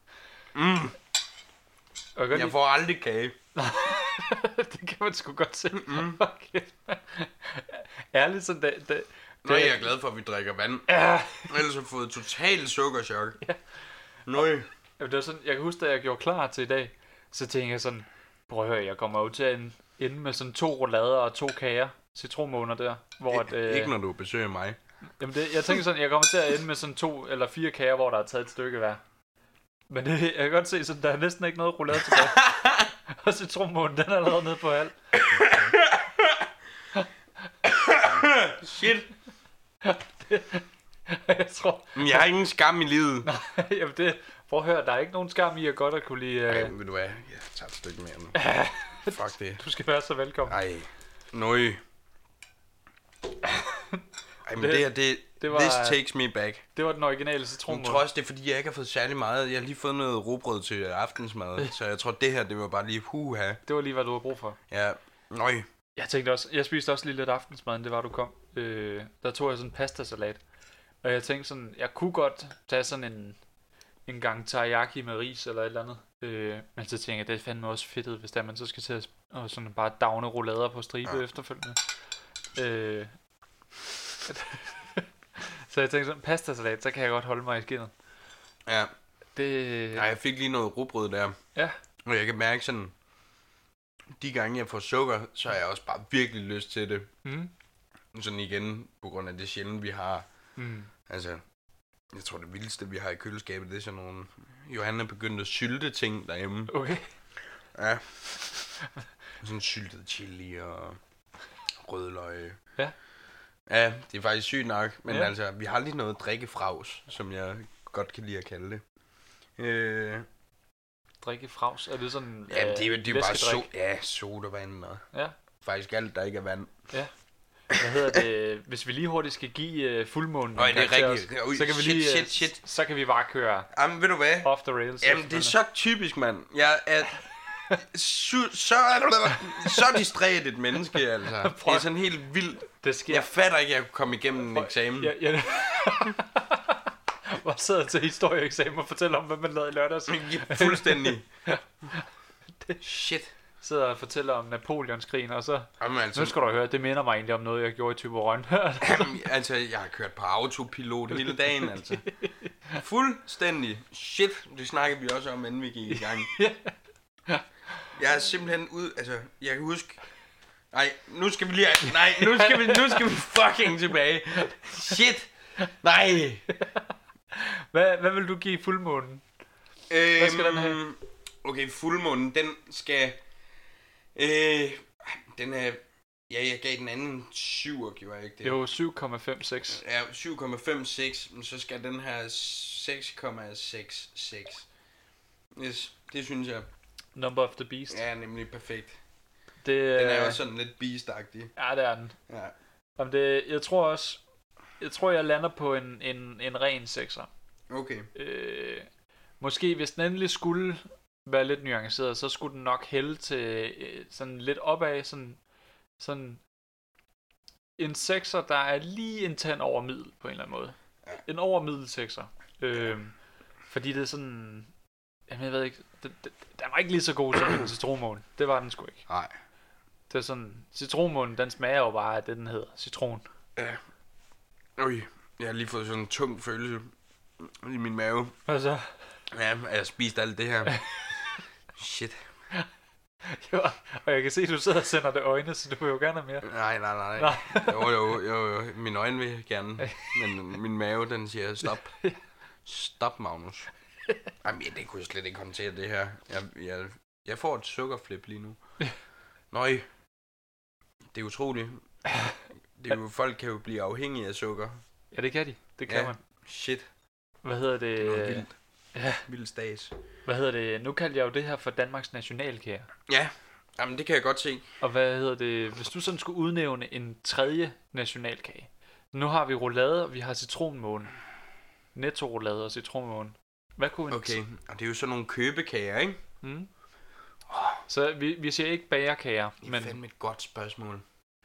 Jeg får aldrig kage. Det kan man sgu godt se. Okay. Ærligt sådan, Nå, jeg er glad for, at vi drikker vand. Ja. Ellers har jeg fået total sukkerchok. Ja. Nøj. Det var sådan, jeg kan huske, da jeg gjorde klar til i dag, så tænkte jeg sådan, prøv at høre, jeg kommer jo til at ende med sådan 2 roulader og 2 kager, citronmåner der. Hvor ikke når du besøger mig. Jamen jeg tænker sådan, jeg kommer til at ende med sådan 2 eller 4 kager, hvor der er taget et stykke hver. Men jeg kan godt se, sådan, der er næsten ikke noget roulade tilbage. Og citronmånen, den er allerede nede på halv. Shit. Jeg tror... Men jeg har ingen skam i livet. Nej, jamen det... Prøv at høre, der er ikke nogen skam i at godt at kunne lide... Ej, ved du hvad? Jeg tager et stykke mere nu. Fuck det. Du skal være så velkommen. Ej, nøj. Ej, men det her, det var, this takes me back. Det var den originale citronmåne. Jeg tror også, det er fordi, jeg ikke har fået særlig meget. Jeg har lige fået noget rugbrød til aftensmad, så jeg tror, det her, det var bare lige huha. Det var lige, hvad du har brug for. Ja, nøj. Jeg spiste også lige lidt aftensmad, inden det var, du kom. Der tog jeg sådan en pastasalat. Og jeg tænkte sådan, jeg kunne godt tage sådan en gang teriyaki med ris eller et eller andet. Men så tænkte jeg, det er fandme også fedtet, hvis der man så skal til at og sådan bare dagne roulader på stribe efterfølgende. Så jeg tænkte sådan, pastasalat, så kan jeg godt holde mig i skindet. Ja. Det... Nej, jeg fik lige noget rugbrød der. Ja. Og jeg kan mærke sådan, de gange jeg får sukker, så har jeg også bare virkelig lyst til det. Mm. Sådan igen, på grund af det sjældent, vi har. Mm. Altså, jeg tror det vildeste, vi har i køleskabet, det er sådan nogle... Johanna begyndte at sylte ting derhjemme. Okay. Ja. Sådan syltet chili og rødløg. Ja. Ja, det er faktisk sygt nok. Men altså, vi har lige noget drikkefraus, som jeg godt kan lide at kalde det. Drikkefraus? Er det sådan... Ja, det er jo bare sodavand og... Ja. Faktisk alt, der ikke er vand. Ja. Hvad hedder det? Hvis vi lige hurtigt skal give fuldmånen... det er rigtigt. Så kan vi lige... Shit. Så kan vi bare køre... Jamen, ved du hvad? Off the rails. Jamen, det er så typisk, mand. Jeg er... så distræt et menneske, altså. Det er sådan helt vildt. Det sker. Jeg fatter ikke, at jeg kunne komme igennem en eksamen. Hvor sidder til historieeksamen og fortæller om, hvad man lavede i lørdags. Fuldstændig. Shit. Sidder og fortæller om Napoleonskrigen, og så... Jamen, altså, nu skal du høre, det minder mig egentlig om noget, jeg gjorde i Thyborøn. Altså, jeg har kørt på autopilot hele dagen, altså. Fuldstændig. Shit, det snakkede vi også om, inden vi gik i gang. Jeg er simpelthen altså, jeg kan huske... Nej, nu skal vi fucking tilbage. Shit. Nej. Hvad vil du give fuldmånen? Hvad skal den have? Okay, fuldmånen, den skal... den er... Ja, jeg gav den anden 7, gjorde jeg ikke det? Jo, 7,56. Ja, 7,56, men så skal den her 6,66. Yes, det synes jeg. Number of the Beast. Ja, nemlig perfekt. Den er jo sådan lidt beast-agtig. Ja, det er den. Ja. Jamen jeg tror, jeg lander på en ren 6'er. Okay. Måske hvis den endelig skulle være lidt nuanceret, så skulle den nok hælde til sådan lidt opad, sådan en 6'er, der er lige en tand over middel på en eller anden måde. Ja. En over middel 6'er. Fordi det er sådan... Jamen, jeg ved ikke... Den var ikke lige så god som en citronmåne. Det var den sgu ikke. Nej. Det er sådan... Citronmånen, den smager jo bare af det, den hedder. Citron. Ja. Ui, jeg har lige fået sådan en tung følelse i min mave. Hvad så? Ja, jeg har spist alt det her. Shit. Jo, og jeg kan se, at du sidder og sender det øjne, så du vil jo gerne have mere. Nej. Jo. Mine øjne vil gerne, men min mave, den siger stop. Stop, Magnus. Jamen, det kunne jeg slet ikke håndtere, det her. Jeg får et sukkerflip lige nu. Nøj. Det er utroligt. Folk kan jo blive afhængige af sukker. Ja, det kan de. Det kan man. Shit. Hvad hedder det? Det er vildt. Ja. Vildt stads. Hvad hedder det? Nu kaldte jeg jo det her for Danmarks nationalkage. Ja. Jamen, det kan jeg godt se. Og hvad hedder det? Hvis du sådan skulle udnævne en tredje nationalkage. Nu har vi roulade, og vi har citronmåne. Netto roulade og citronmåne. Hvad kunne okay, og det er jo sådan nogle købekager, ikke? Mm. Så vi siger ikke bagerkager. Det er fandme et godt spørgsmål.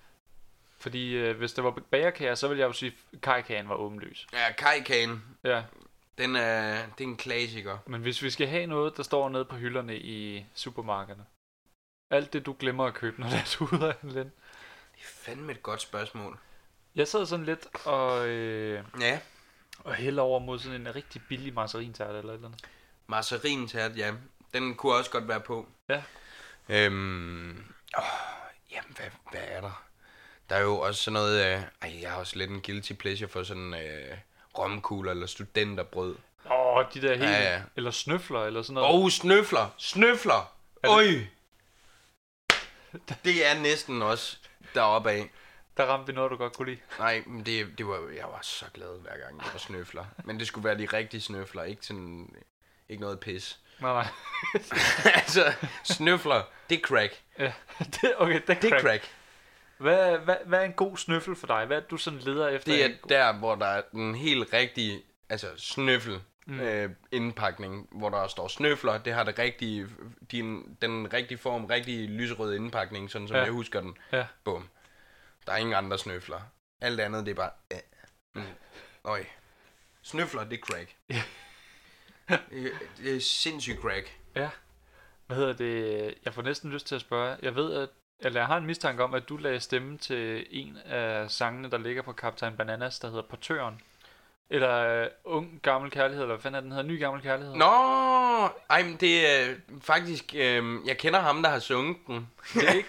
Fordi hvis det var bagerkager, så ville jeg jo sige, at kajkagen var åbenløs. Ja, kajkagen. Ja. Det er en klassiker. Men hvis vi skal have noget, der står nede på hylderne i supermarkederne. Alt det, du glemmer at købe, når det er ude af en land. Det er fandme et godt spørgsmål. Jeg sidder sådan lidt og... ja. Og hælder over mod sådan en rigtig billig margarintærte eller et eller andet. Margarintærte, ja. Den kunne også godt være på. Ja. Jamen, hvad er der? Der er jo også sådan noget... jeg har også lidt en guilty pleasure for sådan romkugler eller studenterbrød. De der hele... Ja. Eller snøfler eller sådan noget. Snøfler! Øj! Det er næsten også deroppe af. Der ramte vi noget, du godt kunne lide. Nej, men det var, jeg var så glad hver gang, der var snøfler. Men det skulle være de rigtige snøfler, ikke noget pis. Nej. Altså, snøfler, det er crack. Ja, det er crack. Hvad er en god snøffel for dig? Hvad er det, du sådan leder efter? Det er der, hvor der er den helt rigtige, snøffel indpakning, hvor der står snøfler. Det har det rigtige, den rigtige form, rigtig lyserød indpakning, sådan som jeg husker den. Ja. Bum. Der er ingen andre snøfler. Alt andet, det er bare... Snøfler, det er crack. Det er sindssygt crack. Ja. Hvad hedder det? Jeg får næsten lyst til at spørge. Jeg ved, at jeg har en mistanke om, at du lagde stemme til en af sangene, der ligger på Kaptajn Bananas, der hedder Portøren. Eller Ung Gammel Kærlighed, eller hvad fanden er den hedder? Ny Gammel Kærlighed? Men det er faktisk... jeg kender ham, der har sunget den. Det er ikke...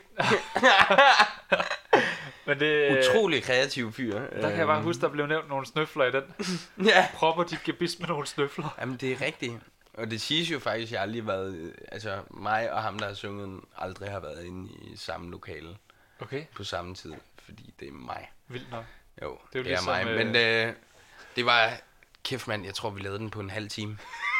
Men det, utrolig kreativ fyr. Der kan jeg bare huske, der blev nævnt nogle snøfler i den. Ja. Propper dit gebis med nogle snøfler. Jamen, det er rigtigt. Og det siges jo faktisk, at jeg aldrig har været... Altså, mig og ham, der har sunget den, aldrig har været inde i samme lokale. Okay. På samme tid. Fordi det er mig. Vildt nok. Jo, det er ligesom, mig. Men det var... Kæft, mand, jeg tror, vi lavede den på en halv time.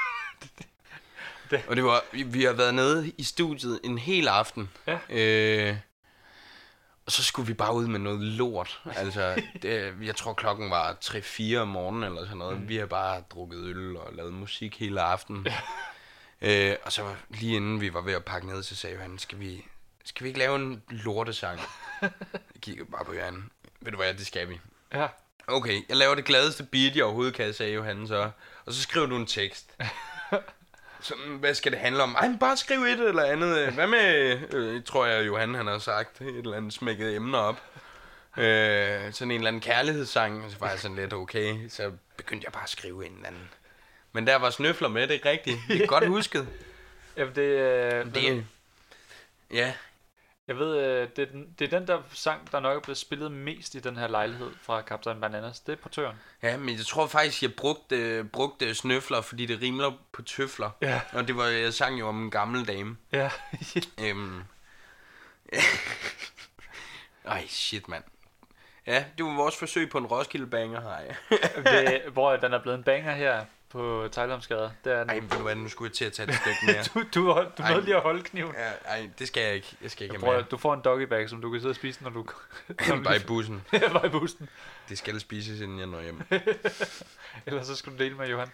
Og det var... Vi har været nede i studiet en hel aften. Ja. Og så skulle vi bare ud med noget lort. Altså, jeg tror klokken var 3-4 om morgenen eller sådan noget. Vi har bare drukket øl og lavet musik hele aftenen. Ja. Og så lige inden vi var ved at pakke ned, så sagde han, skal vi ikke lave en lortesang? Jeg kiggede bare på Johan. Ved du hvad, det skal vi. Ja. Okay, jeg laver det gladeste beat, jeg overhovedet kan, sagde Johan så. Og så skriver du en tekst. Sådan, hvad skal det handle om? Ej, bare skriv et eller andet. Hvad med, tror jeg, Johan han har sagt, et eller andet smækket emner op. Sådan en eller anden kærlighedssang. Og så var jeg sådan lidt okay. Så begyndte jeg bare at skrive en eller anden. Men der var snøfler med, det er rigtigt. Det er godt husket. Jamen det ja. Jeg ved, det er den der sang, der nok er blevet spillet mest i den her lejlighed fra Kaptajn Bananas. Det er Portøren. Ja, men jeg tror faktisk, jeg brugte snøfler, fordi det rimler på tøfler. Ja. Og det var, jeg sang jo om en gammel dame. Ja. Ej, shit, mand. Ja, det var vores forsøg på en Roskilde banger her. Hvor den er blevet en banger her på Tejlomsgade. Ej, ved du hvad, nu skulle jeg til at tage et stykke mere. du nåede lige at holde kniven. Ja, ej, det skal jeg ikke. Jeg skal ikke have mere. Du får en doggybag, som du kan sidde og spise, når du... Bare i bussen. Bare i bussen. Det skal spises, inden jeg når hjem. Ellers så skal du dele med Johan.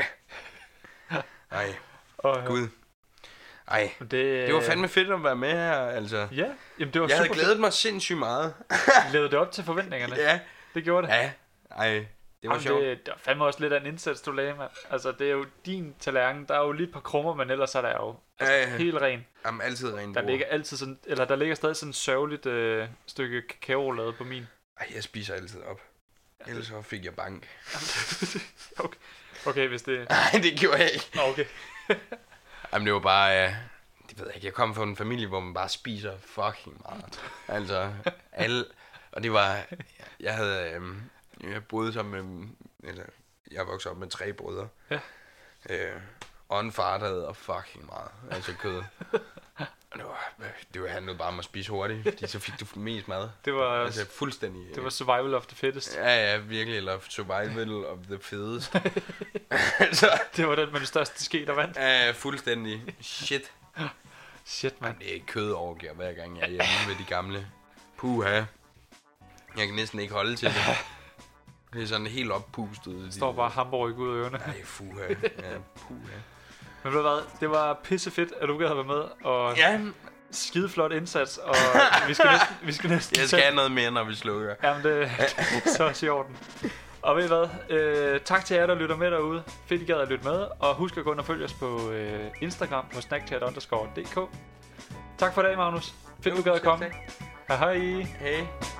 Ej, Gud. Ej, det var fandme fedt at være med her, altså. Ja, jamen det var jeg havde glædet mig sindssygt meget. Levede det op til forventningerne? Ja. Det gjorde det? Ja, ej. Det var sjovt. Det var fandme også lidt af en indsats, du lagde, mand. Altså, det er jo din tallerken. Der er jo lige et par krummer, men ellers er der jo helt ren. Jamen, altid ren. Der ligger altid sådan, eller der ligger stadig sådan et sørgeligt stykke kakaolade på min. Ej, jeg spiser altid op. Ellers så fik jeg bank. Okay, hvis det... Nej, det gjorde jeg ikke. Okay. Jamen, det var bare... det ved jeg ikke. Jeg kom fra en familie, hvor man bare spiser fucking meget. Altså, alle... Og det var... Jeg havde... Jeg boede sammen med... Eller, jeg voksede op med 3 brødre. Ja. Og en far, der havde fucking meget. Altså kød. Det handlede bare om at spise hurtigt, fordi så fik du mest mad. Det var... Altså fuldstændig... Det var survival of the fittest. Ja, virkelig. Eller survival of the fittest. Altså, det var den med den største ske, der vandt. Ja, fuldstændig. Shit. Shit, mand. Det er kødorgier, hver gang jeg er hjemme med de gamle. Puha. Jeg kan næsten ikke holde til det. Det er sådan helt oppustet. Det står bare hamburg ud af ørerne. Nej, fuha. Ja, puha. Men ved du hvad, det var pissefedt, at du gad have været med. Og ja. Skideflot indsats, og vi skal næsten jeg skal have noget mere, når vi slukker. Jamen, det er så også i orden. Og ved I hvad, tak til jer, der lytter med derude. Fedt, I gad at lytte med. Og husk at gå ind og følge os på Instagram på snackchat_dk. Tak for i dag, Magnus. Fedt, du gad at komme. Hej hej. Hej.